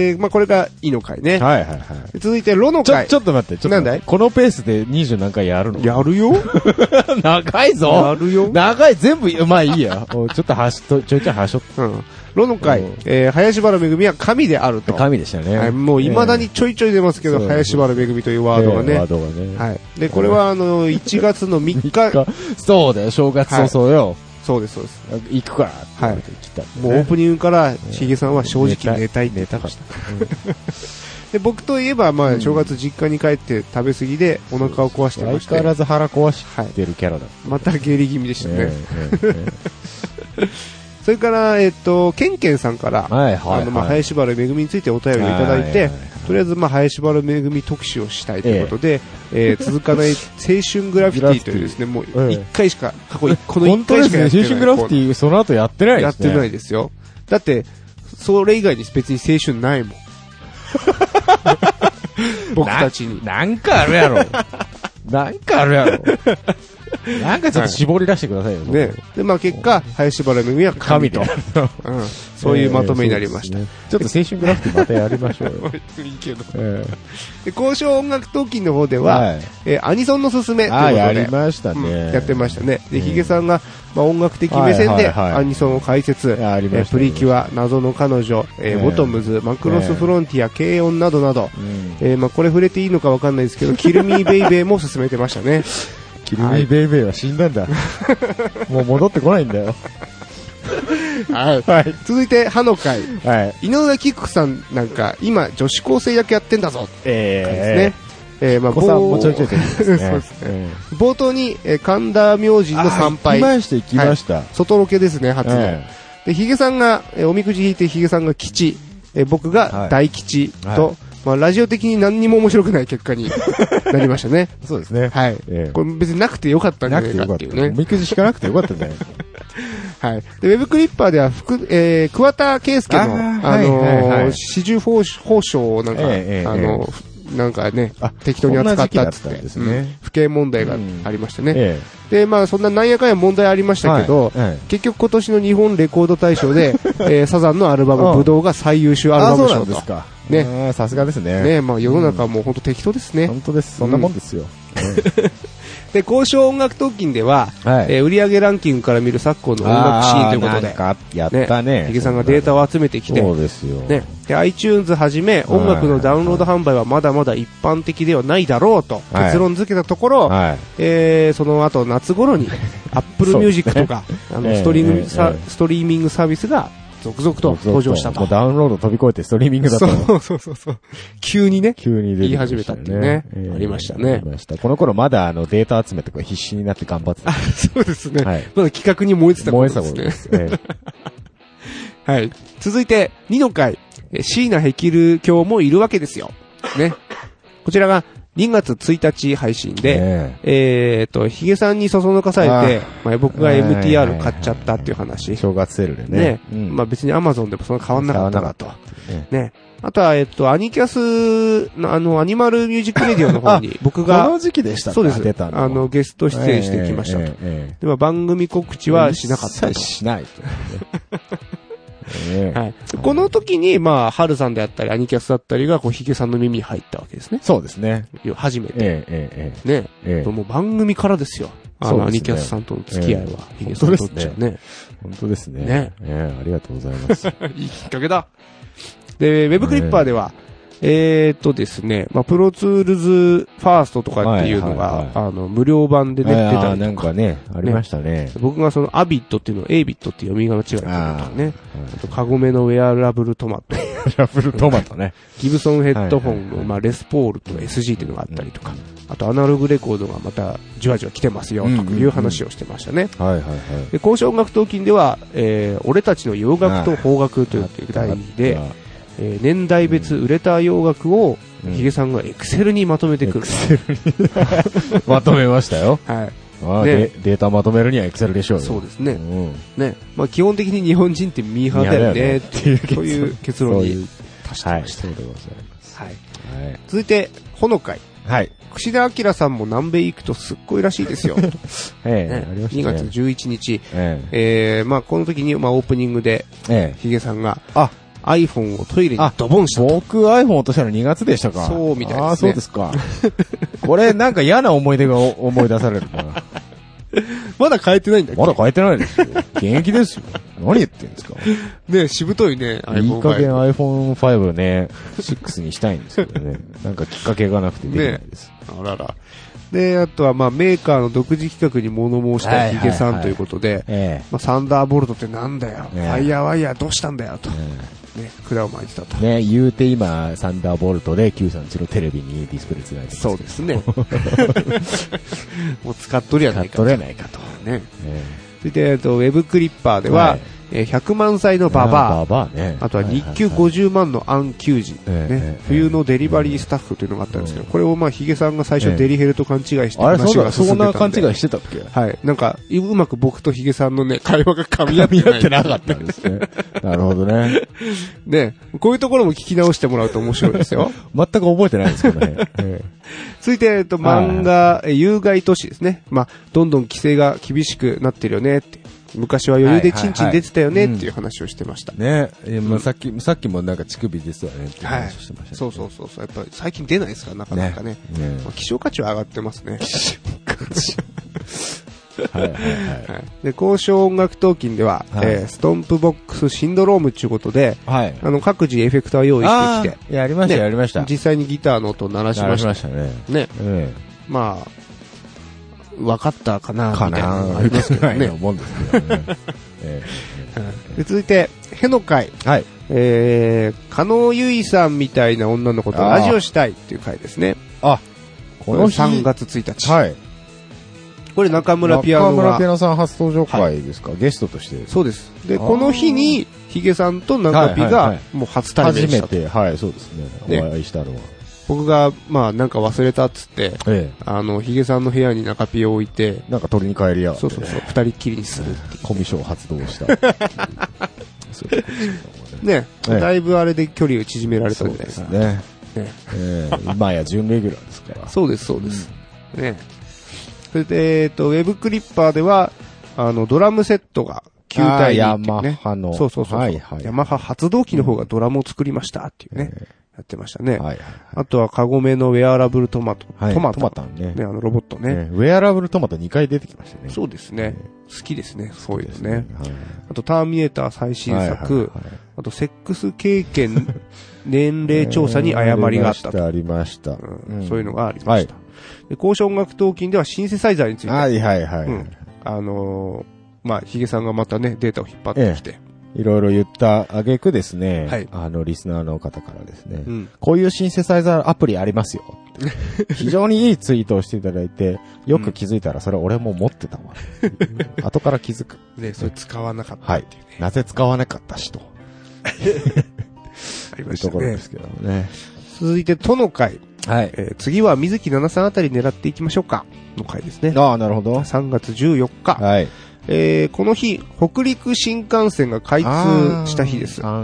まあこれがいいの回ね。 はいはいはい。 続いて、ロの回。 ちょっと待って、 なんだい？ このペースで20何回やるの？ やるよ。 長いぞ。 やるよ。 長い、全部、まあいいや。ちょっとちょいちょいはしょっうん。ロの回、林原めぐみは神であると。 神でしたね。 はい、もう未だにちょいちょい出ますけど、林原めぐみというワードがね。 ワードがね。 はい。で、これは1月の3日。 そうだよ、正月早々よ。 そうです、そうです。 行くからって言って来た。 もうオープニングから、ヒゲさんは正直寝たいって言ってました。で、僕といえば、まあ、正月実家に帰って食べ過ぎでお腹を壊してまして。 相変わらず腹壊してるキャラだ。 また下痢気味でしたね。それから、ケンケンさんから、林原めぐみについてお便りをいただいて、とりあえず、林原めぐみ特集をしたいということで、続かない青春グラフィティというですね、もう1回しか、過去この1回しかやってない。 青春グラフィティ、その後やってないですね。 やってないですよ。だって、それ以外に別に青春ないもん。僕たちに。 なんかあるやろ。なんかあるやろ。なんかちょっと絞り出してくださいよ。 ね。で、まあ結果、林原めぐみは神と。そういうまとめになりました。 ちょっと青春グラフィティまたやりましょうよ。 いいけど。で、交渉音楽トーキンの方では、アニソンのすすめということで。 やりましたね。 やってましたね。で、ヒゲさんが、音楽的目線でアニソンを解説。プリキュア、謎の彼女、ボトムズ、マクロスフロンティア、軽音などなど。まあこれ触れていいのかわかんないですけど、キルミーベイベーも進めてましたね。 キルミーベイベーは死んだんだ。もう戻ってこないんだよ。 はい。続いて、歯の会。井上貴子さんなんか、今、女子高生役やってんだぞ。ですね。まあ、 もちょいちょいですね。 冒頭に、神田明神の参拝。 行きました。 外ロケですね、初の。で、ヒゲさんが、おみくじ引いてヒゲさんが吉、僕が大吉と、まあ、ラジオ的に何にも面白くない結果になりましたね。 そうですね。 はい。これ別になくてよかったんじゃないかっていうね。 おみくじ引かなくてよかったんじゃないはい。で、ウェブクリッパーでは、桑田佳祐の、四十法省をなんか、なんかね、適当に扱ったっつって、不敬問題がありましたね。で、まあそんななんやかんや問題ありましたけど、結局今年の日本レコード大賞で、サザンのアルバム、ブドウが最優秀アルバム賞と。 ね。さすがですね。 ね、まあ世の中はもう本当適当ですね。 本当です。そんなもんですよ。 で、交渉音楽トーキンでは、売上ランキングから見る昨今の音楽シーンということで、 やったね。 ヒゲさんがデータを集めてきて、 そうですよ。 ね。で、iTunes はじめ、音楽のダウンロード販売はまだまだ一般的ではないだろうと、結論付けたところ、その後夏頃に、Apple Music とか、ストリーミングサービスが、続々と登場したと。 ダウンロード飛び越えてストリーミングだと。 そう。急にね。言い始めたっていうね。ありましたね。 この頃まだデータ集めて必死になって頑張ってた。 そうですね。まだ企画に燃えてた頃ですね。はい。続いて、2の回、椎名ヘキル教もいるわけですよ。ね。こちらが、 2月1日配信で、ヒゲさんにそそのかされて、まあ、僕が MTR 買っちゃったっていう話。 正月セールでね。 まあ別に Amazon でもそんな変わんなかったなと。ね。あとは、アニキャスの、アニマルミュージックレディオの方に、僕が、 この時期でしたか？ そうです。 出たの。 ゲスト出演してきましたと。では番組告知はしなかったと。 しないと。 はい。この時に、まあ、ハルさんであったり、アニキャスだったりが、こう、ヒゲさんの耳に入ったわけですね。 そうですね。 初めて。ね。もう番組からですよ。アニキャスさんとの付き合いは、ヒゲさんにとっちゃね。 本当ですね。ありがとうございます。 いいきっかけだ。で、ウェブクリッパーでは、ですね、まあ、プロツールズファーストとかっていうのが、無料版でね、出たりとか。 なんかね、ありましたね。 僕がそのアビットっていうのをエイビットっていう読みが間違えたりとかね。あと、カゴメのウェアラブルトマト。 ウェアラブルトマトね。 ギブソンヘッドホンの、まあ、レスポールとか SG っていうのがあったりとか。あと、アナログレコードがまた、じわじわ来てますよ、という話をしてましたね。で、交渉音楽闘金では、俺たちの洋楽と邦楽という題で、年代別売れた洋楽を、ヒゲさんがエクセルにまとめてくる。 まとめましたよ。 はい。 データまとめるにはエクセルでしょうよ。 そうですね。ね。まあ基本的に日本人ってミーハーだよね、っていう、そういう結論に達してました。 そうでございます。 はい。続いて、ほのかい。 はい。 串田明さんも南米行くとすっごいらしいですよ。2月11日。まあこの時に、まあオープニングで、ヒゲさんが、iPhone をトイレにドボンしたと。 僕 iPhone 落としたの2月でしたか。 そうみたいですね。 そうですか。これなんか嫌な思い出が思い出されるな。 まだ変えてないんだっけ？ まだ変えてないですよ。現役ですよ。何言ってんですか。 ね、しぶといね。 いい加減 iPhone5 ね、6にしたいんですけどね。なんかきっかけがなくてできないです。 あらら。で、あとは、まあ、メーカーの独自企画に物申したヒゲさんということで、まあ、サンダーボルトってなんだよ。ファイヤーワイヤーどうしたんだよ、と。ね、管を巻いてたと。 ね、言うて今、サンダーボルトで Q31 のテレビにディスプレイつないでます。 そうですね。もう使っとるやないかと。 使っとるやないかと。 ね。それで、ウェブクリッパーでは、100万歳のババア、あとは日給50万のアン球児、冬のデリバリースタッフというのがあったんですけど、これをまあヒゲさんが最初デリヘルと勘違いして話が進んでたんで、 そんな勘違いしてたっけ？ はい。なんか、うまく僕とヒゲさんのね、会話が噛み合ってなかったんですね。 なるほどね。 ね、こういうところも聞き直してもらうと面白いですよ。 全く覚えてないですけどね。 続いて、漫画、有害都市ですね。まあ、どんどん規制が厳しくなってるよねって。昔は余裕でチンチン出てたよねっていう話をしてました。 ね、まあさっきもなんか乳首ですわねっていう話をしてました。 そう。やっぱり最近出ないですから、なかなかね。希少価値は上がってますね。希少価値。で、交渉音楽闘金では、ストンプボックスシンドロームっていうことで、各自エフェクター用意してきて。 やりました。 実際にギターの音を鳴らしました。ね。まあ、分かったかなみたいなのありますけどね。続いて、への会。加納由依さんみたいな女の子とラジオしたいっていう会ですね。 この 3月1日。はい。これ中村ピアノさん初登場会ですか？ゲストとして。 そうです。で、この日に、ヒゲさんと中ピがもう初対面した。 初めて、そうですね。お会いしたのは。 僕が、まあ、なんか忘れたっつって、ヒゲさんの部屋に中ピを置いて、 なんか取りに帰りや。 そう、二人っきりにするっていう。 コミュ障発動した。 ね、だいぶあれで距離を縮められたんじゃないですか。ね。 今や準レギュラーですから。 そうです。ね。それで、ウェブクリッパーでは、ドラムセットが9対2っていうね。ヤマハの。そう。ヤマハ発動機の方がドラムを作りましたっていうね。やってましたね。あとはカゴメのウェアラブルトマト。トマトね。ロボットね。 ウェアラブルトマト2回出てきましたね。 そうですね。好きですね。そういうのね。あとターミネーター最新作。あとセックス経験年齢調査に誤りがあったと。 ありました。 そういうのがありました。交渉音楽闘金ではシンセサイザーについて。まあ、ヒゲさんがまたね、データを引っ張ってきて。 いろいろ言った挙句ですね、リスナーの方からですね、こういうシンセサイザーアプリありますよ。非常にいいツイートをしていただいて、よく気づいたらそれ俺も持ってたわ。後から気づく。 ね、それ使わなかったっていうね。 なぜ使わなかったしと。 ありましたね。 ところですけどね。 続いて、都の会。 はい。次は水木奈々さんあたり狙っていきましょうかの回ですね。 ああ、なるほど。 3月14日。 はい。 この日、北陸新幹線が開通した日です。はい。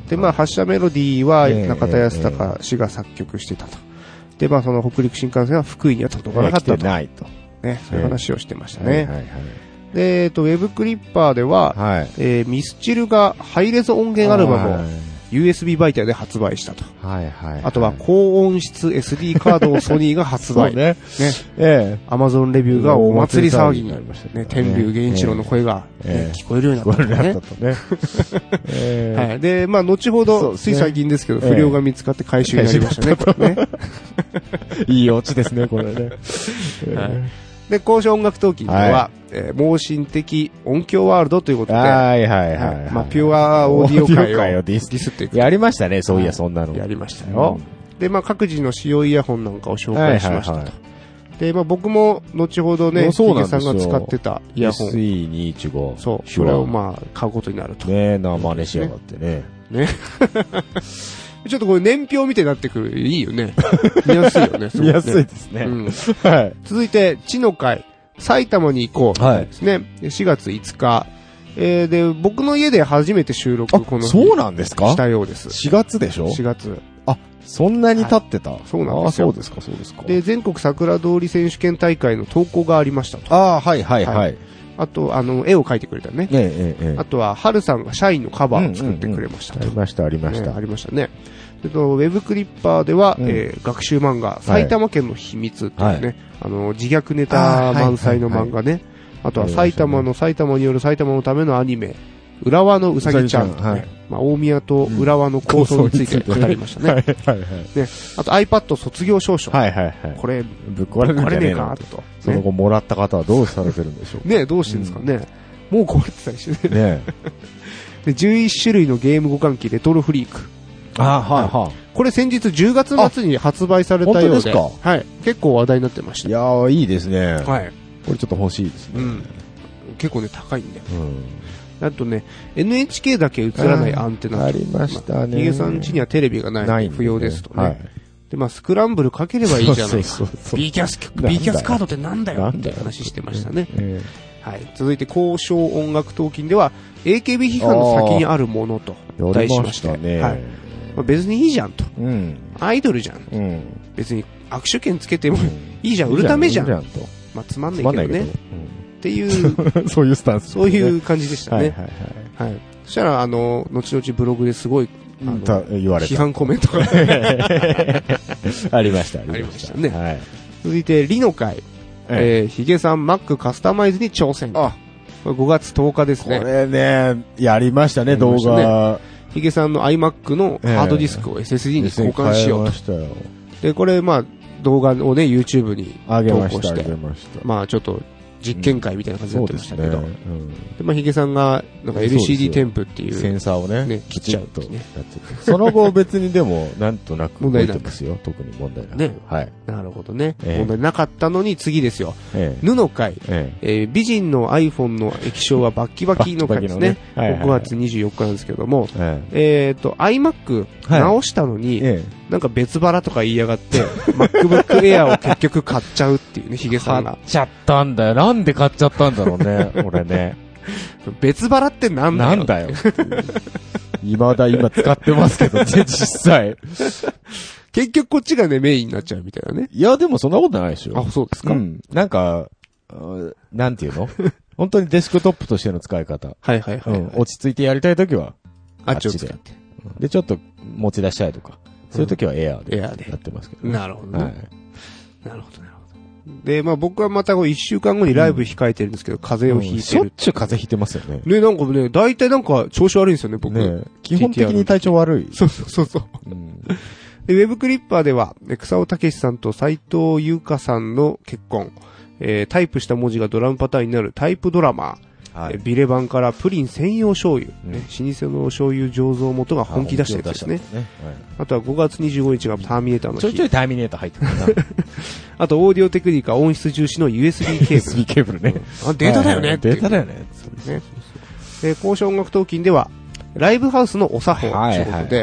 で、まあ、発車メロディーは中田康隆氏が作曲してたと。で、まあ、その北陸新幹線は福井には届かなかったと。 ないと。 ね、そういう話をしてましたね。で、ウェブクリッパーでは、ミスチルがハイレゾ音源アルバムをUSB 媒体で発売したと。あとは高音質 SD カードをソニーが発売。ね。Amazon レビューがお祭り騒ぎになりましたね。天竜源一郎の声が聞こえるようになったとね。はい。で、まあ、後ほど、つい最近ですけど、不良が見つかって回収になりましたね、これね。 いいオチですね、これね。 で、交渉音楽トーキングは、盲信的音響ワールドということで、まあ、ピュアオーディオ界をディスっていく。 やりましたね、そういや、そんなの。 やりましたよ。で、まあ、各自の使用イヤホンなんかを紹介しましたと。で、まあ、僕も、後ほどね、ヒゲさんが使ってたイヤホン。 SE215。 そう。それをまあ、買うことになると。 ねえ、真似しやがってね。 ね。ちょっとこれ年表みたいになってくる。いいよね。見やすいよね。 見やすいですね。 はい。続いて、地の会、埼玉に行こう。はい。ですね。4月5日。で、僕の家で初めて収録、この日。 そうなんですか？ したようです。 4月でしょ？ 4月。 あ、そんなに経ってた？ そうなんですよ。 そうですか、そうですか。 で、全国桜通り選手権大会の投稿がありましたと。 はいはいはい。 あと、絵を描いてくれたね。あとは、春さんが社員のカバーを作ってくれましたと。 ありました、ありました。 ありましたね。ウェブクリッパーでは、学習漫画、埼玉県の秘密っていうね、自虐ネタ満載の漫画ね。あとは埼玉による埼玉のためのアニメ、浦和のうさぎちゃんとね、まあ、大宮と浦和の構想について語りましたね。ね。あと iPad 卒業証書。これ、 ぶっ壊れるんじゃねえかと。その後もらった方はどうされてるんでしょうね、どうしてるんですかね。もう壊れてたりしてね。で、11種類のゲーム互換機レトロフリーク。これ先日10月末に発売されたようで、はい。結構話題になってました。 いやー、いいですね。 はい。 これちょっと欲しいですね。 結構ね、高いんだよ。あとね、NHK だけ映らないアンテナ。 ありましたね。 ヒゲさん家にはテレビがない不要ですとね。で、まあ、スクランブルかければいいじゃないですか。B キャスカードってなんだよって話してましたね。はい。続いて、交渉音楽トーキンでは、AKB 批判の先にあるものと題しまして。はい。別にいいじゃんと。アイドルじゃん。別に握手券つけてもいいじゃん、売るためじゃん。まあ、つまんないけどね。っていう、 そういうスタンス。 そういう感じでしたね。はい。そしたら、後々ブログですごい、 言われた。 批判コメントがありました、 ありましたね。続いて、リの会。ヒゲさん Mac カスタマイズに挑戦。5月10日ですね。 これね、やりましたね、動画。 ヒゲさんの iMac のハードディスクを SSD に交換しようと。で、これ、まあ、動画をね、YouTube に投稿して、まあ、ちょっと、実験会みたいな感じになってましたけど。で、まあ、ヒゲさんが、なんか LCD 添付っていう。 センサーをね、 切っちゃうとね。 その後別にでも、なんとなく問題ないですよ。特に問題ない。 ね。はい。なるほどね。問題なかったのに次ですよ。ぬの会。美人の iPhone の液晶はバッキバキの会ですね。5月24日なんですけども。iMac 直したのに、なんか別腹とか言いやがって、MacBook Air を結局買っちゃうっていうね、ヒゲさんが。 買っちゃったんだよ。なんで買っちゃったんだろうね、俺ね。 別腹ってなんだよ。 なんだよ。今使ってますけど、実際。 結局こっちがね、メインになっちゃうみたいなね。 いや、でもそんなことないでしょ。 あ、そうですか。 なんか、なんていうの本当にデスクトップとしての使い方。落ち着いてやりたいときは、 あっちを使って。 で、ちょっと持ち出したいとか。そういう時はエアーでやってますけど、 なるほどね。なるほど。で、まあ僕はまた1週間後にライブ控えてるんですけど、風邪をひいてる。 しょっちゅう風邪ひいてますよね。 ね、なんかね、大体なんか調子悪いんですよね、僕。ね、 基本的に体調悪い。 そう。で、ウェブクリッパーでは、草尾武さんと斉藤優香さんの結婚、タイプした文字がドラムパターンになるタイプドラマー、ビレ版からプリン専用醤油、老舗の醤油醸造元が本気出したやつですね。あとは5月25日がターミネーターの日。 ちょいターミネーター入ってるな。 あとオーディオテクニカ音質重視の USB ケーブル。 USB ケーブルね。 データだよね。 データだよね。 交渉音楽トーキンでは、ライブハウスのお作法ということで、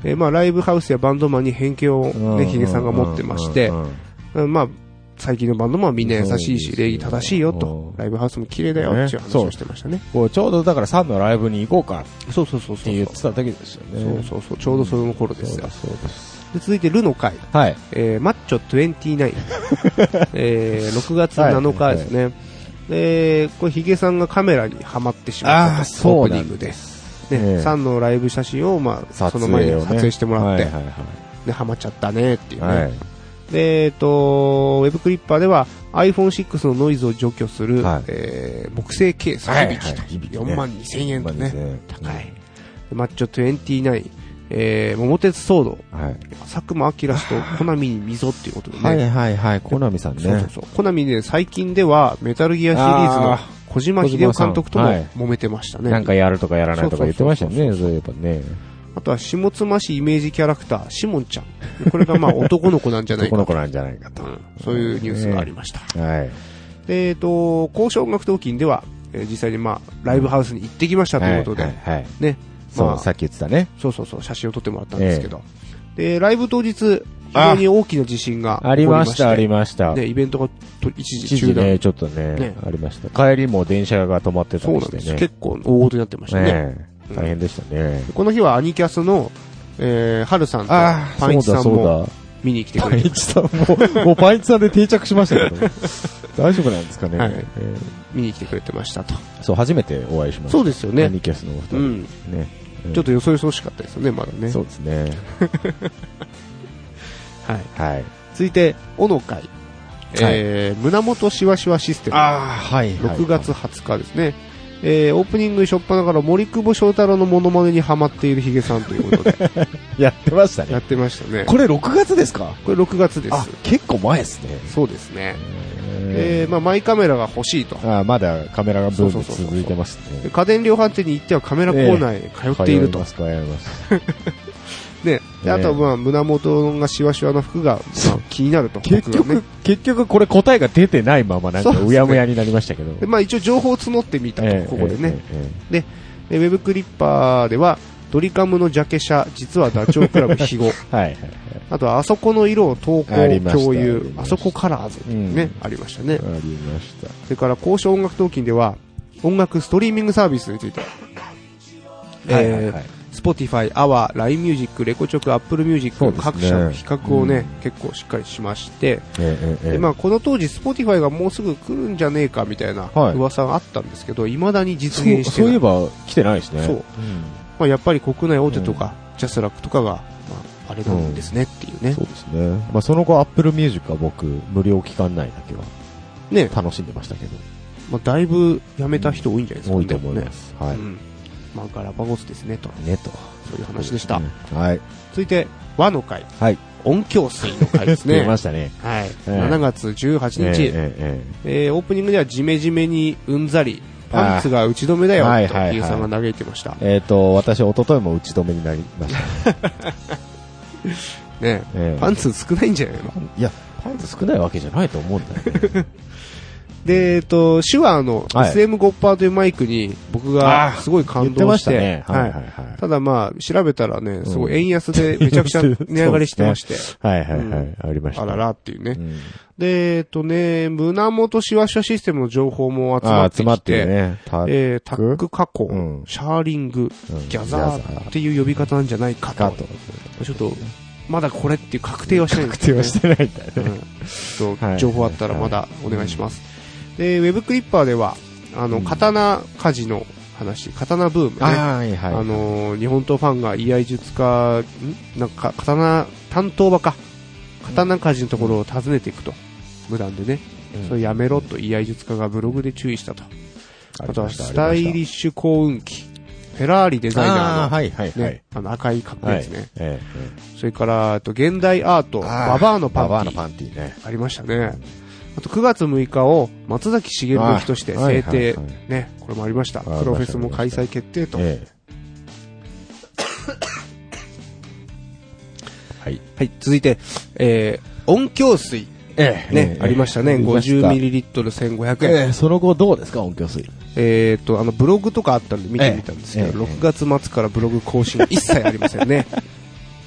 まあライブハウスやバンドマンに偏見をね、ヒゲさんが持ってまして、まあ、最近のバンドマンはみんな優しいし、礼儀正しいよと、ライブハウスも綺麗だよっていう話をしてましたね。 ちょうどだからサンのライブに行こうか。 そうそうそう。 って言ってた時ですよね。 そうそう、ちょうどその頃ですよ。そうです。で、続いてルの回。 はい。 マッチョ29。6月7日ですね。これヒゲさんがカメラにはまってしまったと。オープニングで。ね、サンのライブ写真を、まあ、その前に撮影してもらって、で、はまっちゃったねっていうね。で、ウェブクリッパーでは iPhone6 のノイズを除去する、木製ケース、響きと、42,000円とね、高い。マッチョ29、桃鉄ソード、佐久間明氏とコナミに溝っていうことでね。 コナミさんね。 そう。コナミね、最近ではメタルギアシリーズの小島秀夫監督とも揉めてましたね。 なんかやるとかやらないとか言ってましたね、そういえばね。 あとは下妻市イメージキャラクター、シモンちゃん。これがまあ男の子なんじゃないか。 男の子なんじゃないかと。 そういうニュースがありました。で、交渉音楽トーキンでは、実際にまあ、ライブハウスに行ってきましたということで、ね。 そう、さっき言ってたね。 そう、写真を撮ってもらったんですけど。で、ライブ当日、非常に大きな地震がありました、ありました。 ね、イベントが一時中断。 ね、ちょっとね、ありました。帰りも電車が止まってたりしてね。そうなんです。 結構大事になってましたね。 大変でしたね。 この日はアニキャスの、ハルさんとパンイチさんも見に来てくれてました。 パンイチさんもうパンイチさんで定着しましたけど、大丈夫なんですかね。 見に来てくれてましたと。 そう、初めてお会いしました。 そうですよね。 アニキャスのお二人。ね。 ちょっとよそよそしかったですよね、まだね。 そうですね。 はい。続いて、おの会。胸元しわしわシステム。6月20日ですね。オープニングしょっぱなから森久保祥太郎のモノマネにハマっているヒゲさんということで。 やってましたね。 やってましたね。 これ6月ですか？ これ6月です。 結構前ですね。 そうですね。まあ、マイカメラが欲しいと。 まだカメラがブーム続いてますね。 家電量販店に行ってはカメラコーナーへ通っていると。 通います。 ね、であとはまあ胸元がシワシワの服がまあ気になると。 結局これ答えが出てないままなんかうやむやになりましたけど。 でまあ一応情報を募ってみたと、ここでね。で、ウェブクリッパーではドリカムのジャケ写、実はダチョウ倶楽部肥後。あとはあそこの色を投稿共有、あそこカラーズね、ありましたね。 ありました。 それから交渉音楽トーキンでは音楽ストリーミングサービスについて。Spotify、AWA、LINE Music、レコチョク、Apple Music、各社の比較をね、結構しっかりしまして、でまあこの当時 Spotify がもうすぐ来るんじゃねえかみたいな噂があったんですけど、未だに実現してない。 そういえば来てないですね。 そう。まあやっぱり国内大手とか、ジャスラックとかが、まああれなんですねっていうね。 そうですね。まあその後 Apple Music は僕無料期間内だけはね楽しんでましたけど、 まあだいぶやめた人多いんじゃないですかね。 多いと思います。はい。 まあ、ガラパゴスですねと。そういう話でした。 はい。 続いて、和の会。 はい。 音響水の会ですね。 出ましたね。 はい。7月18日。オープニングではジメジメにうんざり、パンツが打ち止めだよ、と、ヒゲさんが嘆いてました。 私、一昨日も打ち止めになりました。 ねパンツ少ないんじゃないの？ いや、パンツ少ないわけじゃないと思うんだよね。 で、手話の SM5% というマイクに僕がすごい感動して、ただまあ、調べたらね、すごい円安でめちゃくちゃ値上がりしてまして。ありました。あららっていうね。で、胸元シワシワシステムの情報も集まってきて、タック加工、シャーリング、ギャザーっていう呼び方なんじゃないかと。ちょっと、まだこれっていう確定はしてないんですよね。 確定はしてないんだよね。 ちょっと情報あったらまだお願いします。で、ウェブクリッパーでは、刀鍛冶の話、刀ブームね。日本刀ファンが居合術家、なんか、刀、担当場か。刀鍛冶のところを訪ねていくと。無断でね。それやめろと居合術家がブログで注意したと。あとは、スタイリッシュ幸運機。フェラーリデザイナーの、ね、赤いかっこいいですね。それから、現代アート、ババアのパンティー。ありましたね。あと9月6日を松崎しげるの日として制定、ね、これもありました。黒フェスも開催決定と。はい、続いて、音響水。ね、ありましたね。50ml1500円。 その後どうですか、音響水。 ブログとかあったんで見てみたんですけど、6月末からブログ更新一切ありませんね。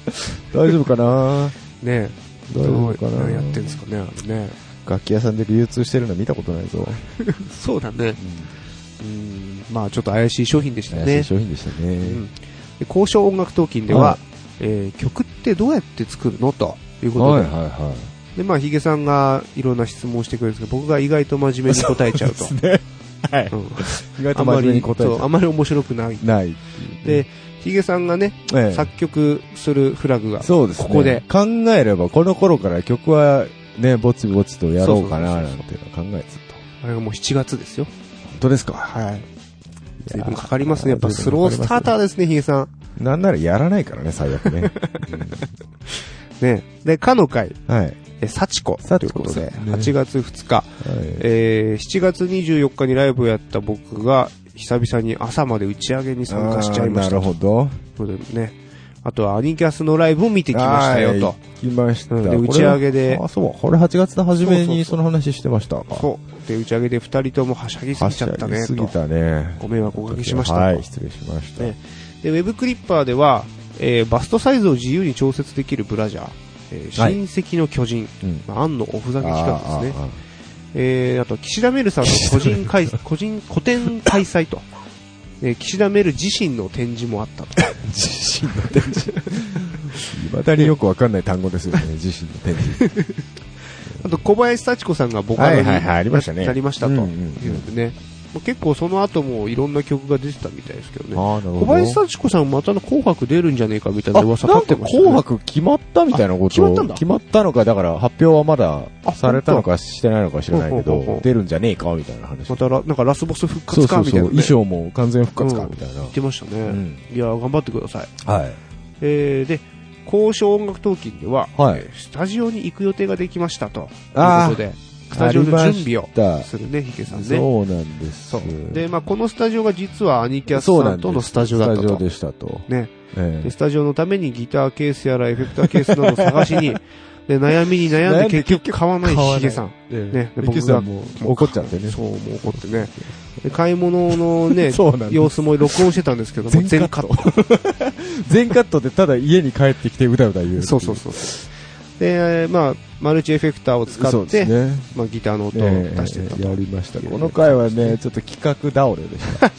大丈夫かなね。 大丈夫かな。 何やってんですかね、あれね。 楽器屋さんで流通してるの見たことないぞ。 そうだね。まあちょっと怪しい商品でしたね。 怪しい商品でしたね。 で交渉音楽トーキンでは、曲ってどうやって作るのということで、でまあヒゲさんがいろんな質問をしてくれるんですけど、僕が意外と真面目に答えちゃうと。 はい。意外と真面目に答えちゃう。 あまり面白くない。で、ヒゲさんがね、作曲するフラグが、ここで。 考えればこの頃から曲はね、ぼちぼちとやろうかななんていうの考えてたと。 あれがもう7月ですよ。 本当ですか？ はい。随分かかりますね。やっぱスロースターターですね、ヒゲさん。 なんならやらないからね、最悪ね。 ね。で、かの会。 はい。 幸子ということで、8月2日、7月24日にライブをやった僕が久々に朝まで打ち上げに参加しちゃいました。 なるほど。 ね。あとはアニキャスのライブを見てきましたよと。 来ました。 で、打ち上げで。 あ、そう。これ8月の初めにその話してましたか。 そう。で、打ち上げで2人ともはしゃぎすぎちゃったねと。 はしゃぎすぎたね。 ご迷惑をおかけしました。 はい、失礼しました。 で、ウェブクリッパーでは、バストサイズを自由に調節できるブラジャー。親戚の巨人、庵野おふざけ企画ですね。あと、岸田メルさんの個人個展開催と。岸田メル自身の展示もあったと。 自身の展示。未だによくわかんない単語ですよね、自身の展示。 あと、小林幸子さんがボカロになりましたというのでね。結構その後もいろんな曲が出てたみたいですけどね。小林幸子さんまた紅白出るんじゃねえかみたいな噂立ってましたね。 紅白決まったみたいなことを。決まったのか、だから発表はまだされたのかしてないのか知らないけど、出るんじゃねえかみたいな話。 またなんかラスボス復活かみたいな。 衣装も完全復活かみたいな。 言ってましたね。いや、頑張ってください。 はい。 で、交渉音楽トーキンでは、スタジオに行く予定ができましたと。いうことで。スタジオで準備をするね、ヒゲさんね。 そうなんです。 で、まあこのスタジオが実はアニキャスさんとのスタジオだったと。 スタジオでしたと。 ね。で、スタジオのためにギターケースやらエフェクターケースなどを探しに、で、悩みに悩んで結局買わないヒゲさん。ね。 で、僕がもう怒っちゃってね。 そう、もう怒ってね。で、買い物のね、様子も録音してたんですけども、全カット。 全カットでただ家に帰ってきてうだうだ言う。 そう。で、まあ、マルチエフェクターを使って、まあ、ギターの音を出してたと。 やりました。この回はね、ちょっと企画倒れでした。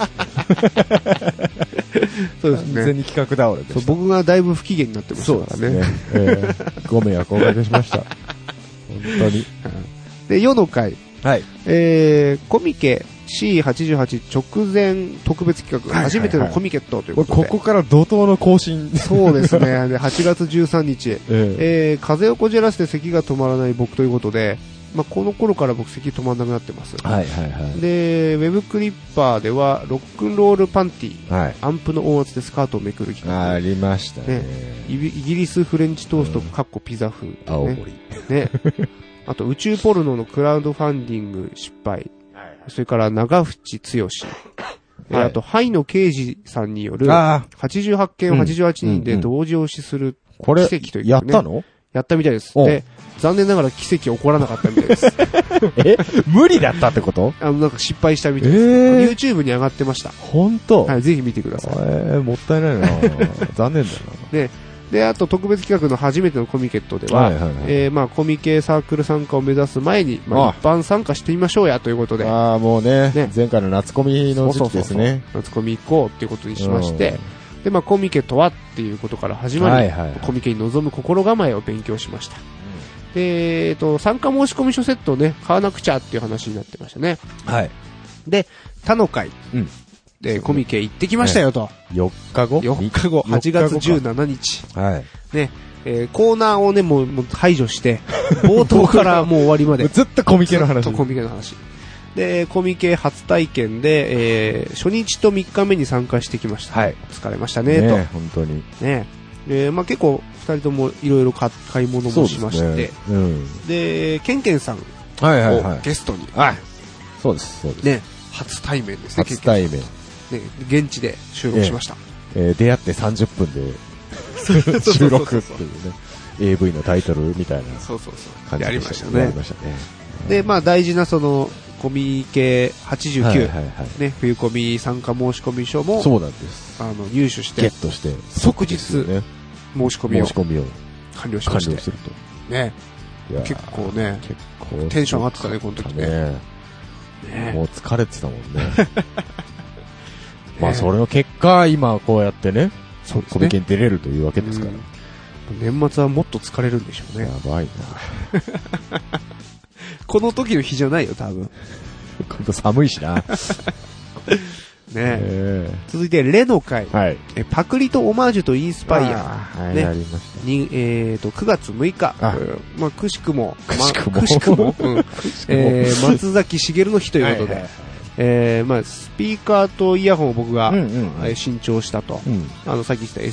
そうですね。 完全に企画倒れでした。 僕がだいぶ不機嫌になってましたからね。 ご迷惑をおかけしました。本当に。 で、世の回。 はい。 コミケ C88 直前特別企画、初めてのコミケットということで。 ここから怒涛の更新。 そうですね。で、8月13日、風邪をこじらせて咳が止まらない僕ということで、まあ、この頃から僕咳止まらなくなってます。で、ウェブクリッパーでは、ロックンロールパンティ、アンプの音圧でスカートをめくる企画。 ありましたね。 イギリスフレンチトースト、かっこピザ風。 青森。 ね。あと、宇宙ポルノのクラウドファンディング失敗。それから長渕剛、あとハイの刑事さんによる88件を88人で同時押しする奇跡という、ね、 やったの？ やったみたいです。で、残念ながら奇跡起こらなかったみたいです。 無理だったってこと？ なんか失敗したみたいです。YouTube に上がってました。 本当？ はい、ぜひ見てください。 もったいないな。残念だな。 で、あと特別企画の初めてのコミケットでは、まあコミケサークル参加を目指す前に、まあ一般参加してみましょうやということで。 もうね、前回の夏コミの時期ですね。 夏コミ行こうっていうことにしまして、で、まあコミケとはっていうことから始まり、コミケに臨む心構えを勉強しました。で、参加申し込み書セットをね、買わなくちゃっていう話になってましたね。 はい。 で、他の会。で、コミケ行ってきましたよと。 4日後 ?4 日後、8月17日。 はい。 ね、コーナーをね、もう排除して、冒頭からもう終わりまで。 ずっとコミケの話。 ずっとコミケの話。で、コミケ初体験で、初日と3日目に参加してきました。 はい。 疲れましたね、と。 本当に。 ね。まあ結構、2人ともいろいろ買い物もしまして。で、ケンケンさんをゲストに。 はい。そうです、そうです。 ね、初対面ですね、 初対面。 ね、現地で収録しました。 出会って30分で収録っていうね、AV のタイトルみたいな感じでやりましたね。で、まあ大事なそのコミケ89、ね、冬コミ参加申し込み書もそうなんです。 入手して、 ゲットして即日申し込みを完了しまして。 すると。 ね。結構ね、テンション上がってたね、この時ね。 もう疲れてたもんね。まあそれの結果、今こうやってね、コミケに出れるというわけですから。 年末はもっと疲れるんでしょうね。 やばいな。 この時の日じゃないよ、多分。 今度寒いしな。 ね、続いてレの会、 はい、 パクリとオマージュとインスパイア、 ね、ありましたに9月6日、まあくしくも松崎しげるの日ということで、まあスピーカーとイヤホンを僕が新調したと、さっき言った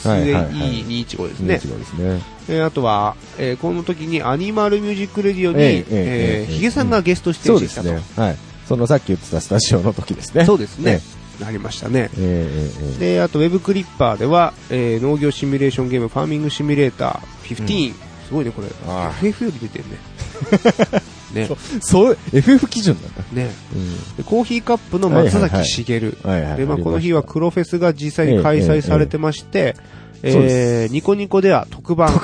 SAE215 ですね。あとはこの時にアニマルミュージックレディオにヒゲさんがゲスト出演してきたと。 そのさっき言ってたスタジオの時ですね。 そうですね。ありましたね。で、あとウェブクリッパーでは、農業シミュレーションゲームファーミングシミュレーター15、すごいねこれ。FF より出てるね。ね。 そう FF 基準なんだ。 ね。でコーヒーカップの松崎しげる。で、まあこの日は黒フェスが実際に開催されてまして、ニコニコでは特番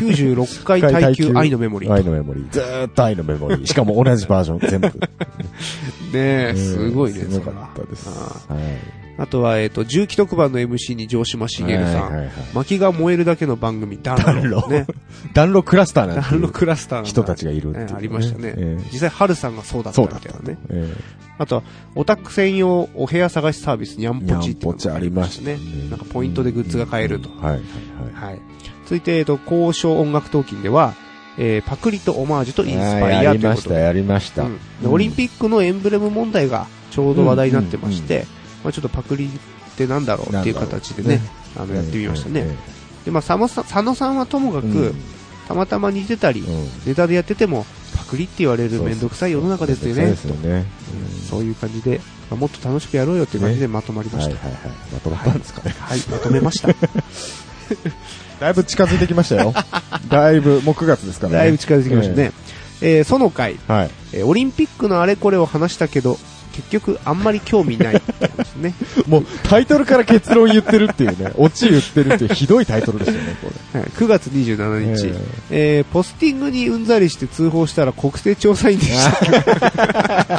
96回耐久愛のメモリー。 愛のメモリー。ずーっと愛のメモリー。しかも同じバージョン全部。 ねえ、すごいね。 すごかったです。 あとは、重機特番の MC に城島茂さん。薪が燃えるだけの番組、暖炉。ね。 暖炉クラスターなんて。 暖炉クラスター人たちがいるっていう。 ありましたね。実際、春さんがそうだったみたいなね。あとは、オタク専用お部屋探しサービス、ニャンポチっていうのがありましたね。なんかポイントでグッズが買えると。はい。続いて、交渉音楽トーキンでは、パクリとオマージュとインスパイアということで。 やりました。 オリンピックのエンブレム問題がちょうど話題になってまして、まあちょっとパクリってなんだろうっていう形でね、やってみましたね。で、まあ佐野さんはともかく、たまたま似てたり、ネタでやってても、パクリって言われるめんどくさい世の中ですよね。そういう感じで、もっと楽しくやろうよっていう感じでまとまりました。 まとまったんですかね。 はい、まとめました。 だいぶ近づいてきましたよ。だいぶ、もう9月ですからね。 だいぶ近づいてきましたね。その回、オリンピックのあれこれを話したけど、結局あんまり興味ないですね。 もうタイトルから結論言ってるっていうね、オチ言ってるっていうひどいタイトルですよね、これ。 9月27日、ポスティングにうんざりして通報したら国勢調査員でした。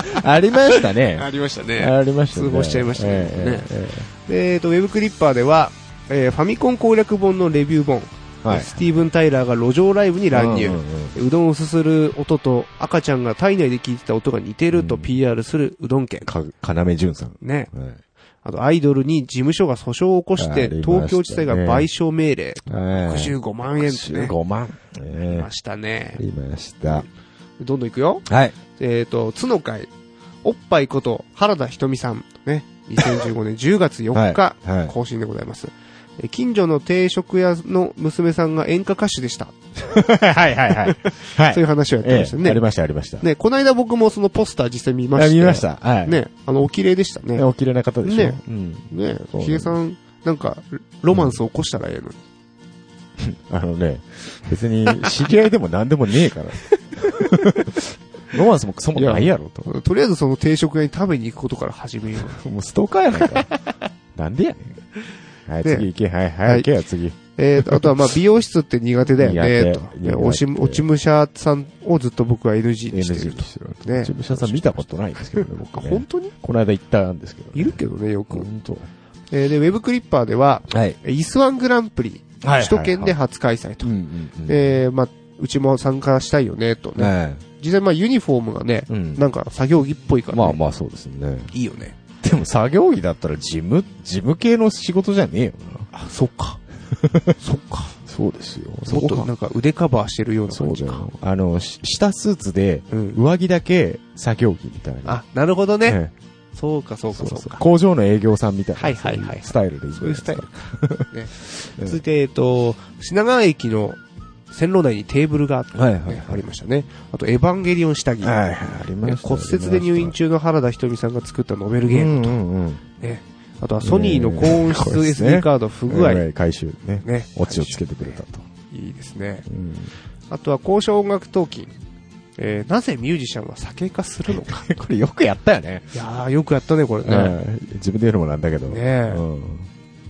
ありましたね。 ありましたね。 ありましたね。 通報しちゃいましたね。ウェブクリッパーでは、ファミコン攻略本のレビュー本、スティーブン・タイラーが路上ライブに乱入、うどんをすする音と赤ちゃんが体内で聞いてた音が似てると PR するうどん県。 要潤さん。 ね。あとアイドルに事務所が訴訟を起こして東京地裁が賠償命令。65万円ですね。 65万。 ありましたね。 ありました。 どんどんいくよ。 はい。 つの会、おっぱいこと原田ひとみさん。ね。2015年10月4日、更新でございます。近所の定食屋の娘さんが演歌歌手でした。 はい。 そういう話をやってましたね。 ありました。 ね、この間僕もそのポスター実際見ました。 見ました。はい。 ね、お綺麗でしたね。 お綺麗な方でしょ。 ね、ひげさん、なんか、ロマンス起こしたらええのに。 別に知り合いでも何でもねえから。ロマンスもクソもないやろと。 とりあえずその定食屋に食べに行くことから始めよう。 もうストーカーやないか。なんでやねん。はい、次行け、行けよ、次。 あとはまあ美容室って苦手だよね、と。落ち武者さんをずっと僕は NG にしてると。 落ち武者さん見たことないんですけどね、僕ね。 本当にこの間行ったんですけど。 いるけどね、よく。 本当。 で、ウェブクリッパーでは、イスワングランプリ、首都圏で初開催と。まあ、うちも参加したいよね、とね。実際まあユニフォームがね、なんか作業着っぽいからね。 まあそうですね。 いいよね。 でも作業着だったら事務系の仕事じゃねえよな。 あ、そっか。 そうですよ。 もっとなんか腕カバーしてるような感じか。 下スーツで、上着だけ作業着みたいな。 あ、なるほどね。そうか。 工場の営業さんみたいな。 はい。 スタイルでいい。 そういうスタイル。続いて、品川駅の線路内にテーブルがありましたね。あと、エヴァンゲリオン下着。ありました。骨折で入院中の原田ひとみさんが作ったノベルゲームと。ね。あとはソニーの高音質 SD カード不具合。 回収ね。オチをつけてくれたと。 いいですね。あとは交渉音楽トーキン。なぜミュージシャンは酒化するのか。 これよくやったよね。 いやー、よくやったね、これね。 自分で言うのもなんだけど。 ね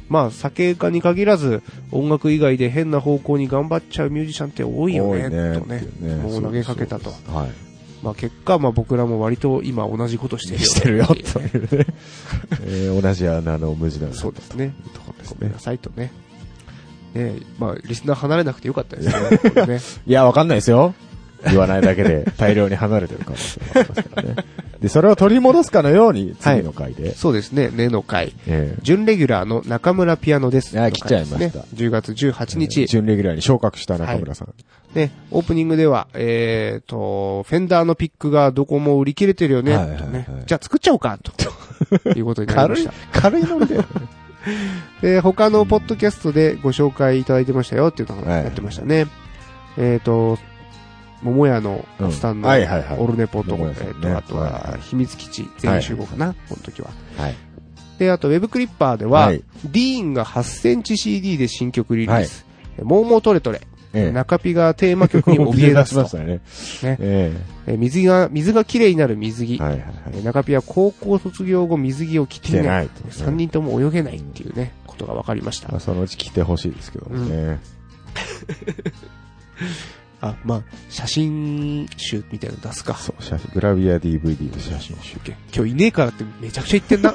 まあ酒家に限らず音楽以外で変な方向に頑張っちゃうミュージシャンって多いよね、とね、もう投げかけたと。はい。まあ結果、まあ僕らも割と今同じことしてるよ、というね。同じ穴の無地なの。 そうですね。ごめんなさいとね。まあリスナー離れなくてよかったですね。 いや、わかんないですよ。言わないだけで大量に離れてる可能性がありますからね。で、それを取り戻すかのように、次の回で。はい、 そうですね、ねの回。準レギュラーの中村ピアノです。 来ちゃいました。 10月18日。 準レギュラーに昇格した中村さん。 ね、オープニングでは、フェンダーのピックがどこも売り切れてるよね。じゃあ作っちゃおうか、ということになりました。 軽いノリだよね。 で、他のポッドキャストでご紹介いただいてましたよっていうのをやってましたね。桃屋のおっさんのオルネポと、あとは秘密基地全員集合かな、この時は。で、あとウェブクリッパーでは、ディーンが8センチ CD で新曲リリース。モーモートレトレ。中ピがテーマ曲に怯え出すと。水がきれいになる水着。中ピは高校卒業後水着を着ていない。3人とも泳げないっていうね、ことが分かりました。 そのうち着てほしいですけどね。 まあ、写真集みたいなの出すか。 そう、グラビア DVD の写真集。 今日いねえからってめちゃくちゃ言ってんな。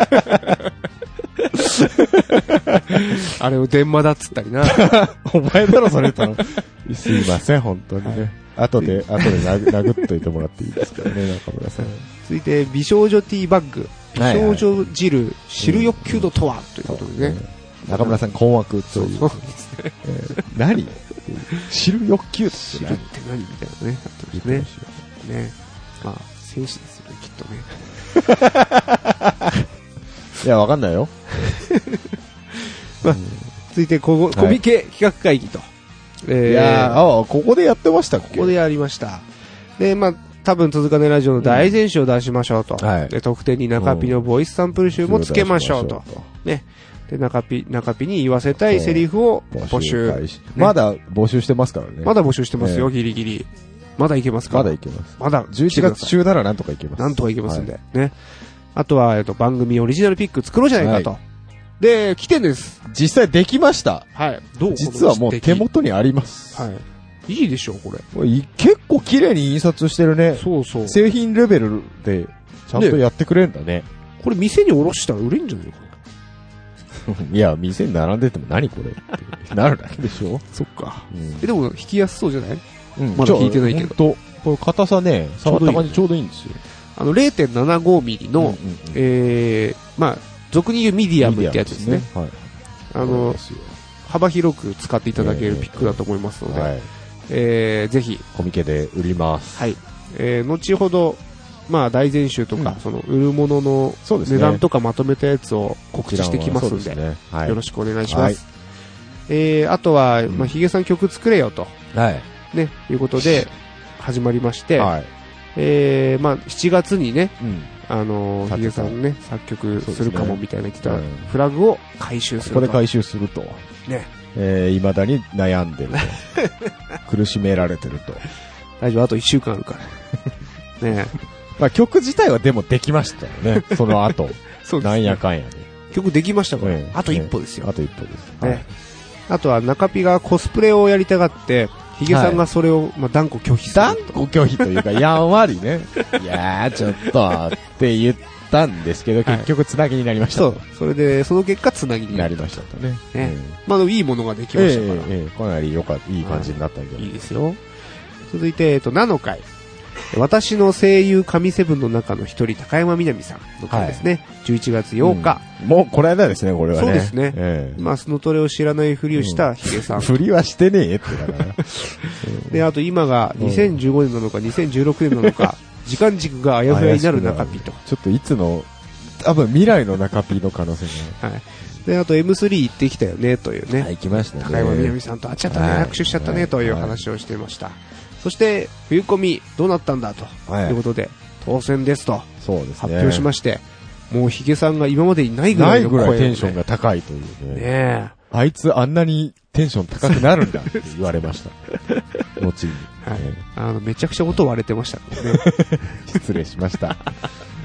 あれを電話だっつったりな。 お前だろ、それと。すいません、本当にね。後で殴っといてもらっていいですからね、中村さん。 続いて、美少女ティーバッグ。美少女汁、汁欲求度とはということでね。 中村さん困惑という。何汁欲求汁って何みたいなね。言ってましたね。まあ、戦士ですよね、きっとね。 いや、わかんないよ。 まあ、続いて、コミケ企画会議と。 いやここでやってましたっけ？ ここでやりました。で、まあ、多分続かねラジオの大全集を出しましょうと。で、特典に中ピのボイスサンプル集もつけましょうと。ね。で、中ピに言わせたいセリフを募集。 まだ募集してますからね。 まだ募集してますよ、ギリギリ。まだいけますか？ まだいけます。 まだ。 11月中ならなんとかいけます。 なんとかいけますんで。ね。あとは、番組オリジナルピック作ろうじゃないかと。で、来てんです。 実際できました。 はい。 実はもう手元にあります。 はい。いいでしょ、これ。 結構綺麗に印刷してるね。 そうそう。 製品レベルで、ちゃんとやってくれんだね。 これ店におろしたら売れんじゃないかな。 いや、店に並んでても何これってなるだけでしょ。 そっか。でも、引きやすそうじゃない？まだ引いてないけど。 これ硬さね、触った感じちょうどいいんですよ。 0.75 ミリの、まあ、俗に言うミディアムってやつですね。幅広く使っていただけるピックだと思いますので、ぜひ。 コミケで売ります。 はい。後ほど、まあ、大全集とか、その、売るものの値段とかまとめたやつを告知してきますんで、よろしくお願いします。あとは、まあ、ヒゲさん曲作れよと。ね、いうことで、始まりまして、まあ、7月にね、ヒゲさんね、作曲するかもみたいな言ってたフラグを回収すると。 ここで回収すると。 ね。 未だに悩んでると。苦しめられてると。 大丈夫、あと1週間あるから。ね。 まあ曲自体はでもできましたよね。その後。そうです。なんやかんやで。 曲できましたから。あと一歩ですよ。 あと一歩です。 ね。あとは中ピがコスプレをやりたがって、ヒゲさんがそれを、まあ、断固拒否する。 断固拒否というか、やんわりね。いやー、ちょっと、って言ったんですけど、結局つなぎになりました。 そう。それで、その結果つなぎになりましたとね。 まあ、いいものができましたから。 かなりいい感じになったんじゃないですか。 いいですよ。続いて、ナノ回。私の声優神セブンの中の一人、高山みなみさんの回ですね。11月8日。 もうこれ間ですね、これはね。 そうですね。まあ、そのトレを知らないふりをしたヒゲさん。 ふりはしてねえってだから。 で、あと今が2015年なのか2016年なのか、時間軸があやふやになる中ピと。 ちょっといつの、多分未来の中ピの可能性が。 はい。で、あと M3 行ってきたよね、というね。 行きましたね。 高山みなみさんと会っちゃったね、握手しちゃったね、という話をしていました。そして、冬コミどうなったんだということで、当選ですと発表しまして、もうヒゲさんが今までにないぐらいの声ないぐらいテンションが高いというね。 ねあいつあんなにテンション高くなるんだって言われました。後に。 はい。めちゃくちゃ音割れてましたからね。 失礼しました。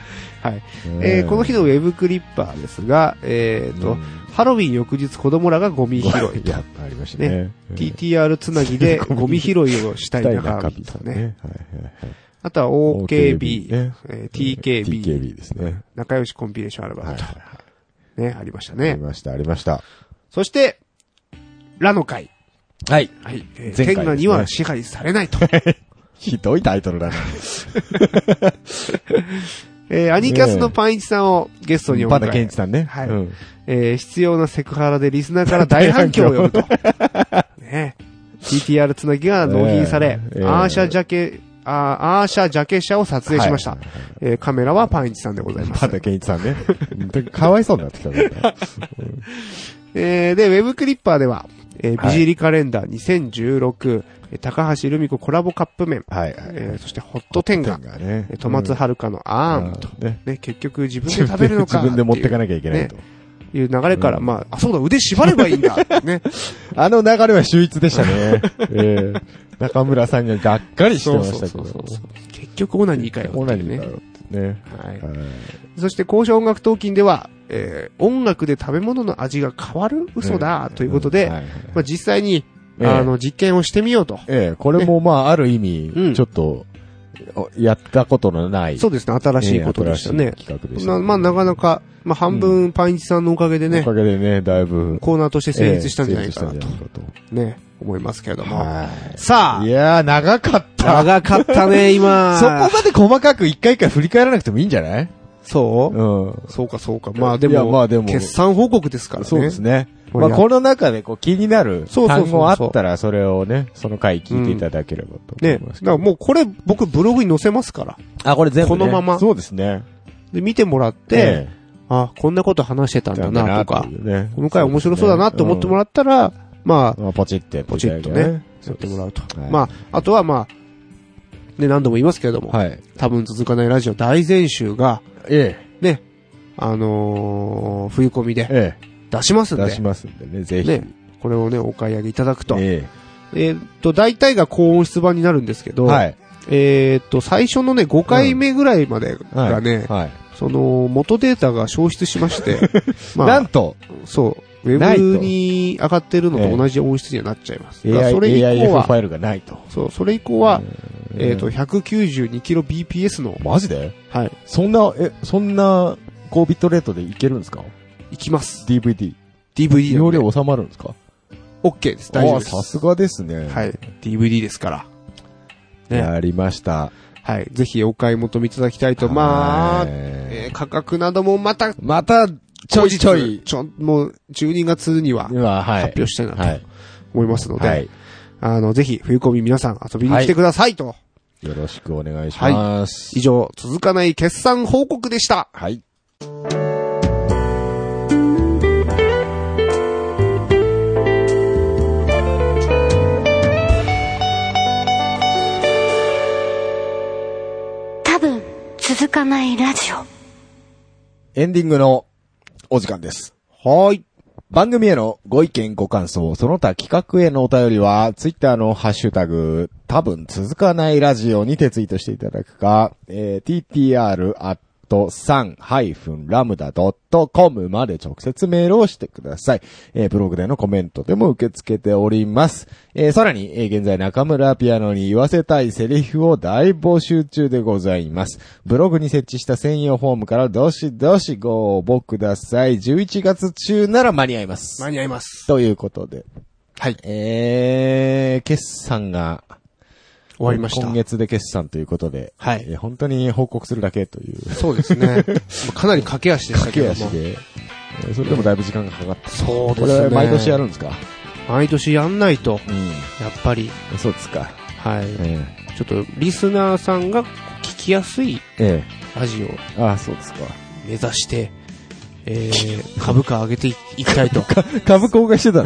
はい。この日のウェブクリッパーですが、ハロウィン翌日子供らがゴミ拾い。 ありましたね。 TTR つなぎでゴミ拾いをしたい中身とね。あとは OKB、TKB ですね。 仲良しコンピレーションアルバムと。ね、ありましたね。 ありました。そして、ラの会。 はい。 天下には支配されないと。 ひどいタイトルだな。 アニキャスのパンイチさんをゲストにお迎え。 パンダケンイチさんね。 はい。必要なセクハラでリスナーから大反響を呼ぶと。ね。TTR つなぎが納品され、アーシャジャケ写を撮影しました。カメラはパンイチさんでございます。 パンダケンイチさんね。かわいそうになってきたね。 で、ウェブクリッパーでは、ビジリカレンダー2016、高橋留美子コラボカップ麺。そしてホットテンガ。戸松遥のアームと。ね、結局自分で食べるのか。 自分で持ってかなきゃいけないと。 いう流れから、そうだ、腕縛ればいいんだ。ね。 あの流れは秀逸でしたね。中村さんががっかりしてましたけど。 結局オナニーかよ。 オナニーだよ。ね。 はい。そして、交渉音楽トーキンでは、音楽で食べ物の味が変わる嘘だ、ということで、実際に、実験をしてみようと。 これもある意味、ちょっと、やったことのない。 そうですね、新しいことでしたね。 企画でした。 なかなか、半分パンイチさんのおかげでね。 おかげでね、だいぶ。 コーナーとして成立したんじゃないかなと。ね、思いますけれども。さあ。 いやー、長かった。 長かったね、今。 そこまで細かく一回一回振り返らなくてもいいんじゃない？ そうそうか。でも、決算報告ですからね。 そうですね。この中で気になる単語あったら、それをね、その回聞いていただければと思います。 ね。だからもうこれ、僕ブログに載せますから。 これ全部このまま。 そうですね。 で、見てもらって、こんなこと話してたんだなとか、この回面白そうだなって思ってもらったら、 ポチってね、やってもらうと。あとはね、何度も言いますけれども、多分続かないラジオ大全集が、ね、冬込みで、出しますんで。 出しますんでね、ぜひ。 ね、これをね、お買い上げいただくと。大体が高音質版になるんですけど、最初のね、5回目ぐらいまでがね、その、元データが消失しまして、 なんと、 そう、ウェブに上がってるのと同じ音質にはなっちゃいます。 それ以降は、AIF ファイルがないと。 そう、それ以降は、192kbps の。 マジで？ はい。 そんな、高ビットレートでいけるんですか？ いきます。 DVD。容量収まるんですか？ OK です。大丈夫です。 さすがですね。 はい。DVD ですから。 ね。やりました。 はい。ぜひお買い求めいただきたいと。価格などもまた、 ちょいちょい。 もう、12月には、発表したいなと思いますので、ぜひ、冬込み皆さん遊びに来てくださいと。 よろしくお願いします。 以上、続かない決算報告でした。 はい。 多分、続かないラジオ。 エンディングのお時間です。 はい。 番組へのご意見ご感想、その他企画へのお便りは、ツイッターのハッシュタグ、多分続かないラジオにてツイートしていただくか、ttr@san-lambda.com まで直接メールをしてください。ブログでのコメントでも受け付けております。さらに、現在中村ピアノに言わせたいセリフを大募集中でございます。ブログに設置した専用フォームからどしどしご応募ください。11月中なら間に合います。 間に合います。 ということで。 はい。 決算が、 終わりました。 今月で決算ということで。 はい。 本当に報告するだけという。 そうですね。かなり駆け足でしたけども。 駆け足で。それでもだいぶ時間がかかった。 そうですね。 これは毎年やるんですか？ 毎年やんないと。やっぱり。 そうですか。 はい。ちょっと、リスナーさんが聞きやすいラジオ。 そうですか。 目指して、株価上げていきたいと。 株公開してた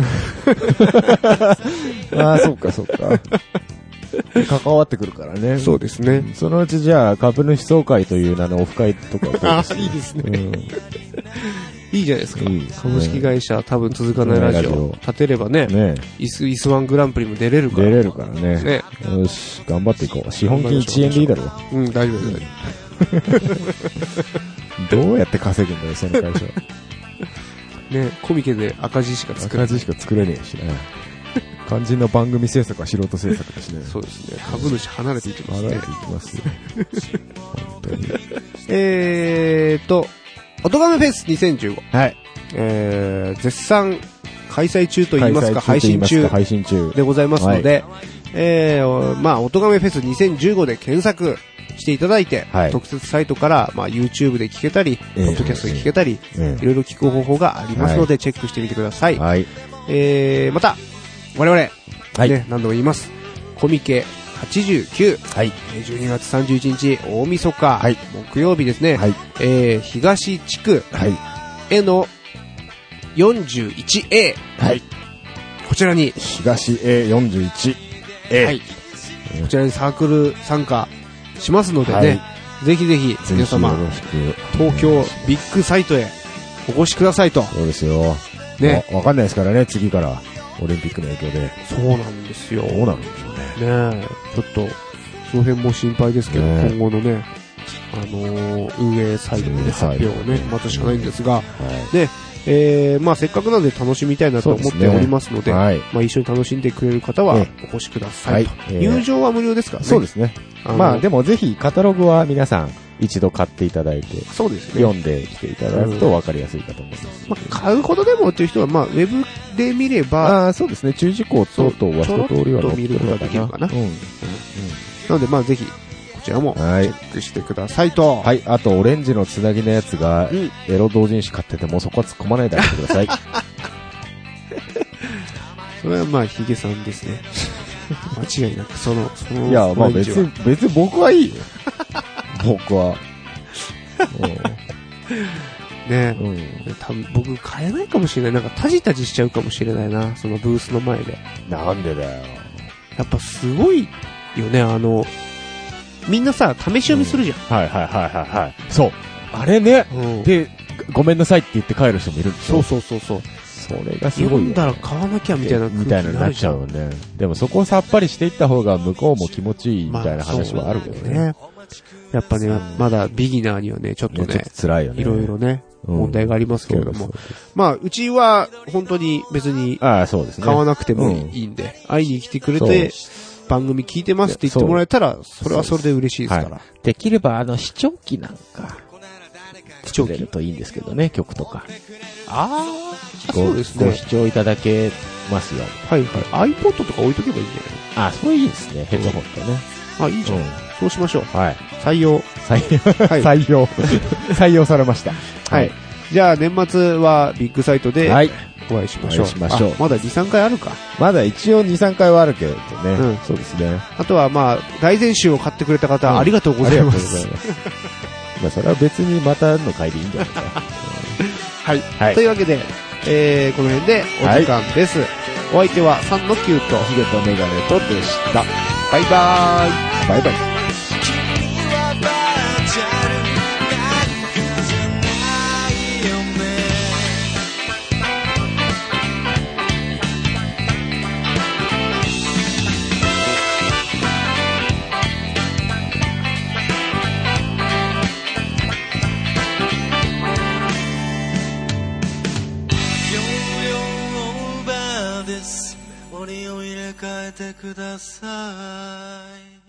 のそうか。関わってくるからね。 そうですね。 そのうちじゃあ株主総会という名のオフ会とか。 いいですね。いいじゃないですか。株式会社多分続かないラジオ立てればね。イスワングランプリも出れるから。 出れるからね。よし、頑張っていこう。資本金1円でいいだろう。 大丈夫。 どうやって稼ぐんだよ、その会社。 ね、コミケで赤字しか作れない。 赤字しか作れねえしね。肝心の番組制作は素人制作だしね。 そうですね。株主離れていきますね。 離れていきますよ。本当に。 おとがめフェス2015。 はい。 絶賛開催中と言いますか、配信中でございますので、まあ、おとがめフェス2015で検索していただいて、はい、特設サイトから、まあ、YouTube で聞けたり、ポッドキャストで聞けたり、いろいろ聞く方法がありますので、チェックしてみてください。はい、また、我々、はいね、何度も言います。コミケ89、はい、12月31日、大晦日、はい、木曜日ですね、はい、東地区への 41A、はい、こちらに、 東 A41A、はい、 こちらにサークル参加しますのでね、はい、ぜひぜひ皆様、東京ビッグサイトへお越しくださいと。 そうですよ。ね。わかんないですからね、次から。オリンピックの影響で。 そうなんですよ。 どうなるんでしょうね。 ねえ。ちょっと、その辺も心配ですけど、ね、今後のね、運営サイトで発表をね、待つしかないんですが、で、まあせっかくなので楽しみたいなと思っておりますので、まあ一緒に楽しんでくれる方はお越しくださいと。入場は無料ですからね。 そうですね。まあでもぜひカタログは皆さん一度買っていただいて、 そうですね。 読んできていただくと分かりやすいかと思います。 まあ買うほどでもっていう人はまあウェブで見れば、 そうですね。注意事項等々は一通りは見ることができるかな。なのでまあぜひこちらもチェックしてくださいと。 はい。あとオレンジのつなぎのやつがエロ同人誌買っててもそこは突っ込まないであげてください。 それはまあヒゲさんですね。間違いなくいやまあ別に僕はいいよ。僕は。 ねえ、多分僕買えないかもしれない。なんかタジタジしちゃうかもしれないな、そのブースの前で。 なんでだよ。 やっぱすごいよね、みんなさ、試し読みするじゃん。 はいはいはいはい。そう。あれね。で、ごめんなさいって言って帰る人もいるんですよ。 そう。それがすごいよ、ね。 読んだら買わなきゃみたいなみたいななっちゃうよね。でもそこをさっぱりしていった方が向こうも気持ちいいみたいな話はあるけどね。 やっぱね、まだビギナーにはね、ちょっとね、 ちょっと辛いよね。 いろいろね、問題がありますけれども。まあ、うちは本当に別に買わなくてもいいんで、会いに来てくれて、番組聞いてますって言ってもらえたら、それはそれで嬉しいですから。 できれば視聴器なんか、視聴器といいんですけどね、曲とか。 そうですね。 ご視聴いただけますよ。 はいはい。iPod とか置いとけばいいんじゃない？ それいいですね、ヘッドホンとね。 いいじゃん。そうしましょう。 はい。 採用されました。 はい。じゃあ年末はビッグサイトでお会いしましょう。まだ2、3回あるか。 まだ一応2、3回はあるけどね。そうですね。 あとはまあ、大全集を買ってくれた方、ありがとうございます。 まあそれは別にまたの回でいいんじゃないかな。 はい。というわけで、この辺でお時間です。お相手は3の9とヒゲとメガネとでした。 バイバーイ。 バイバイ。 折を入れ替えてください。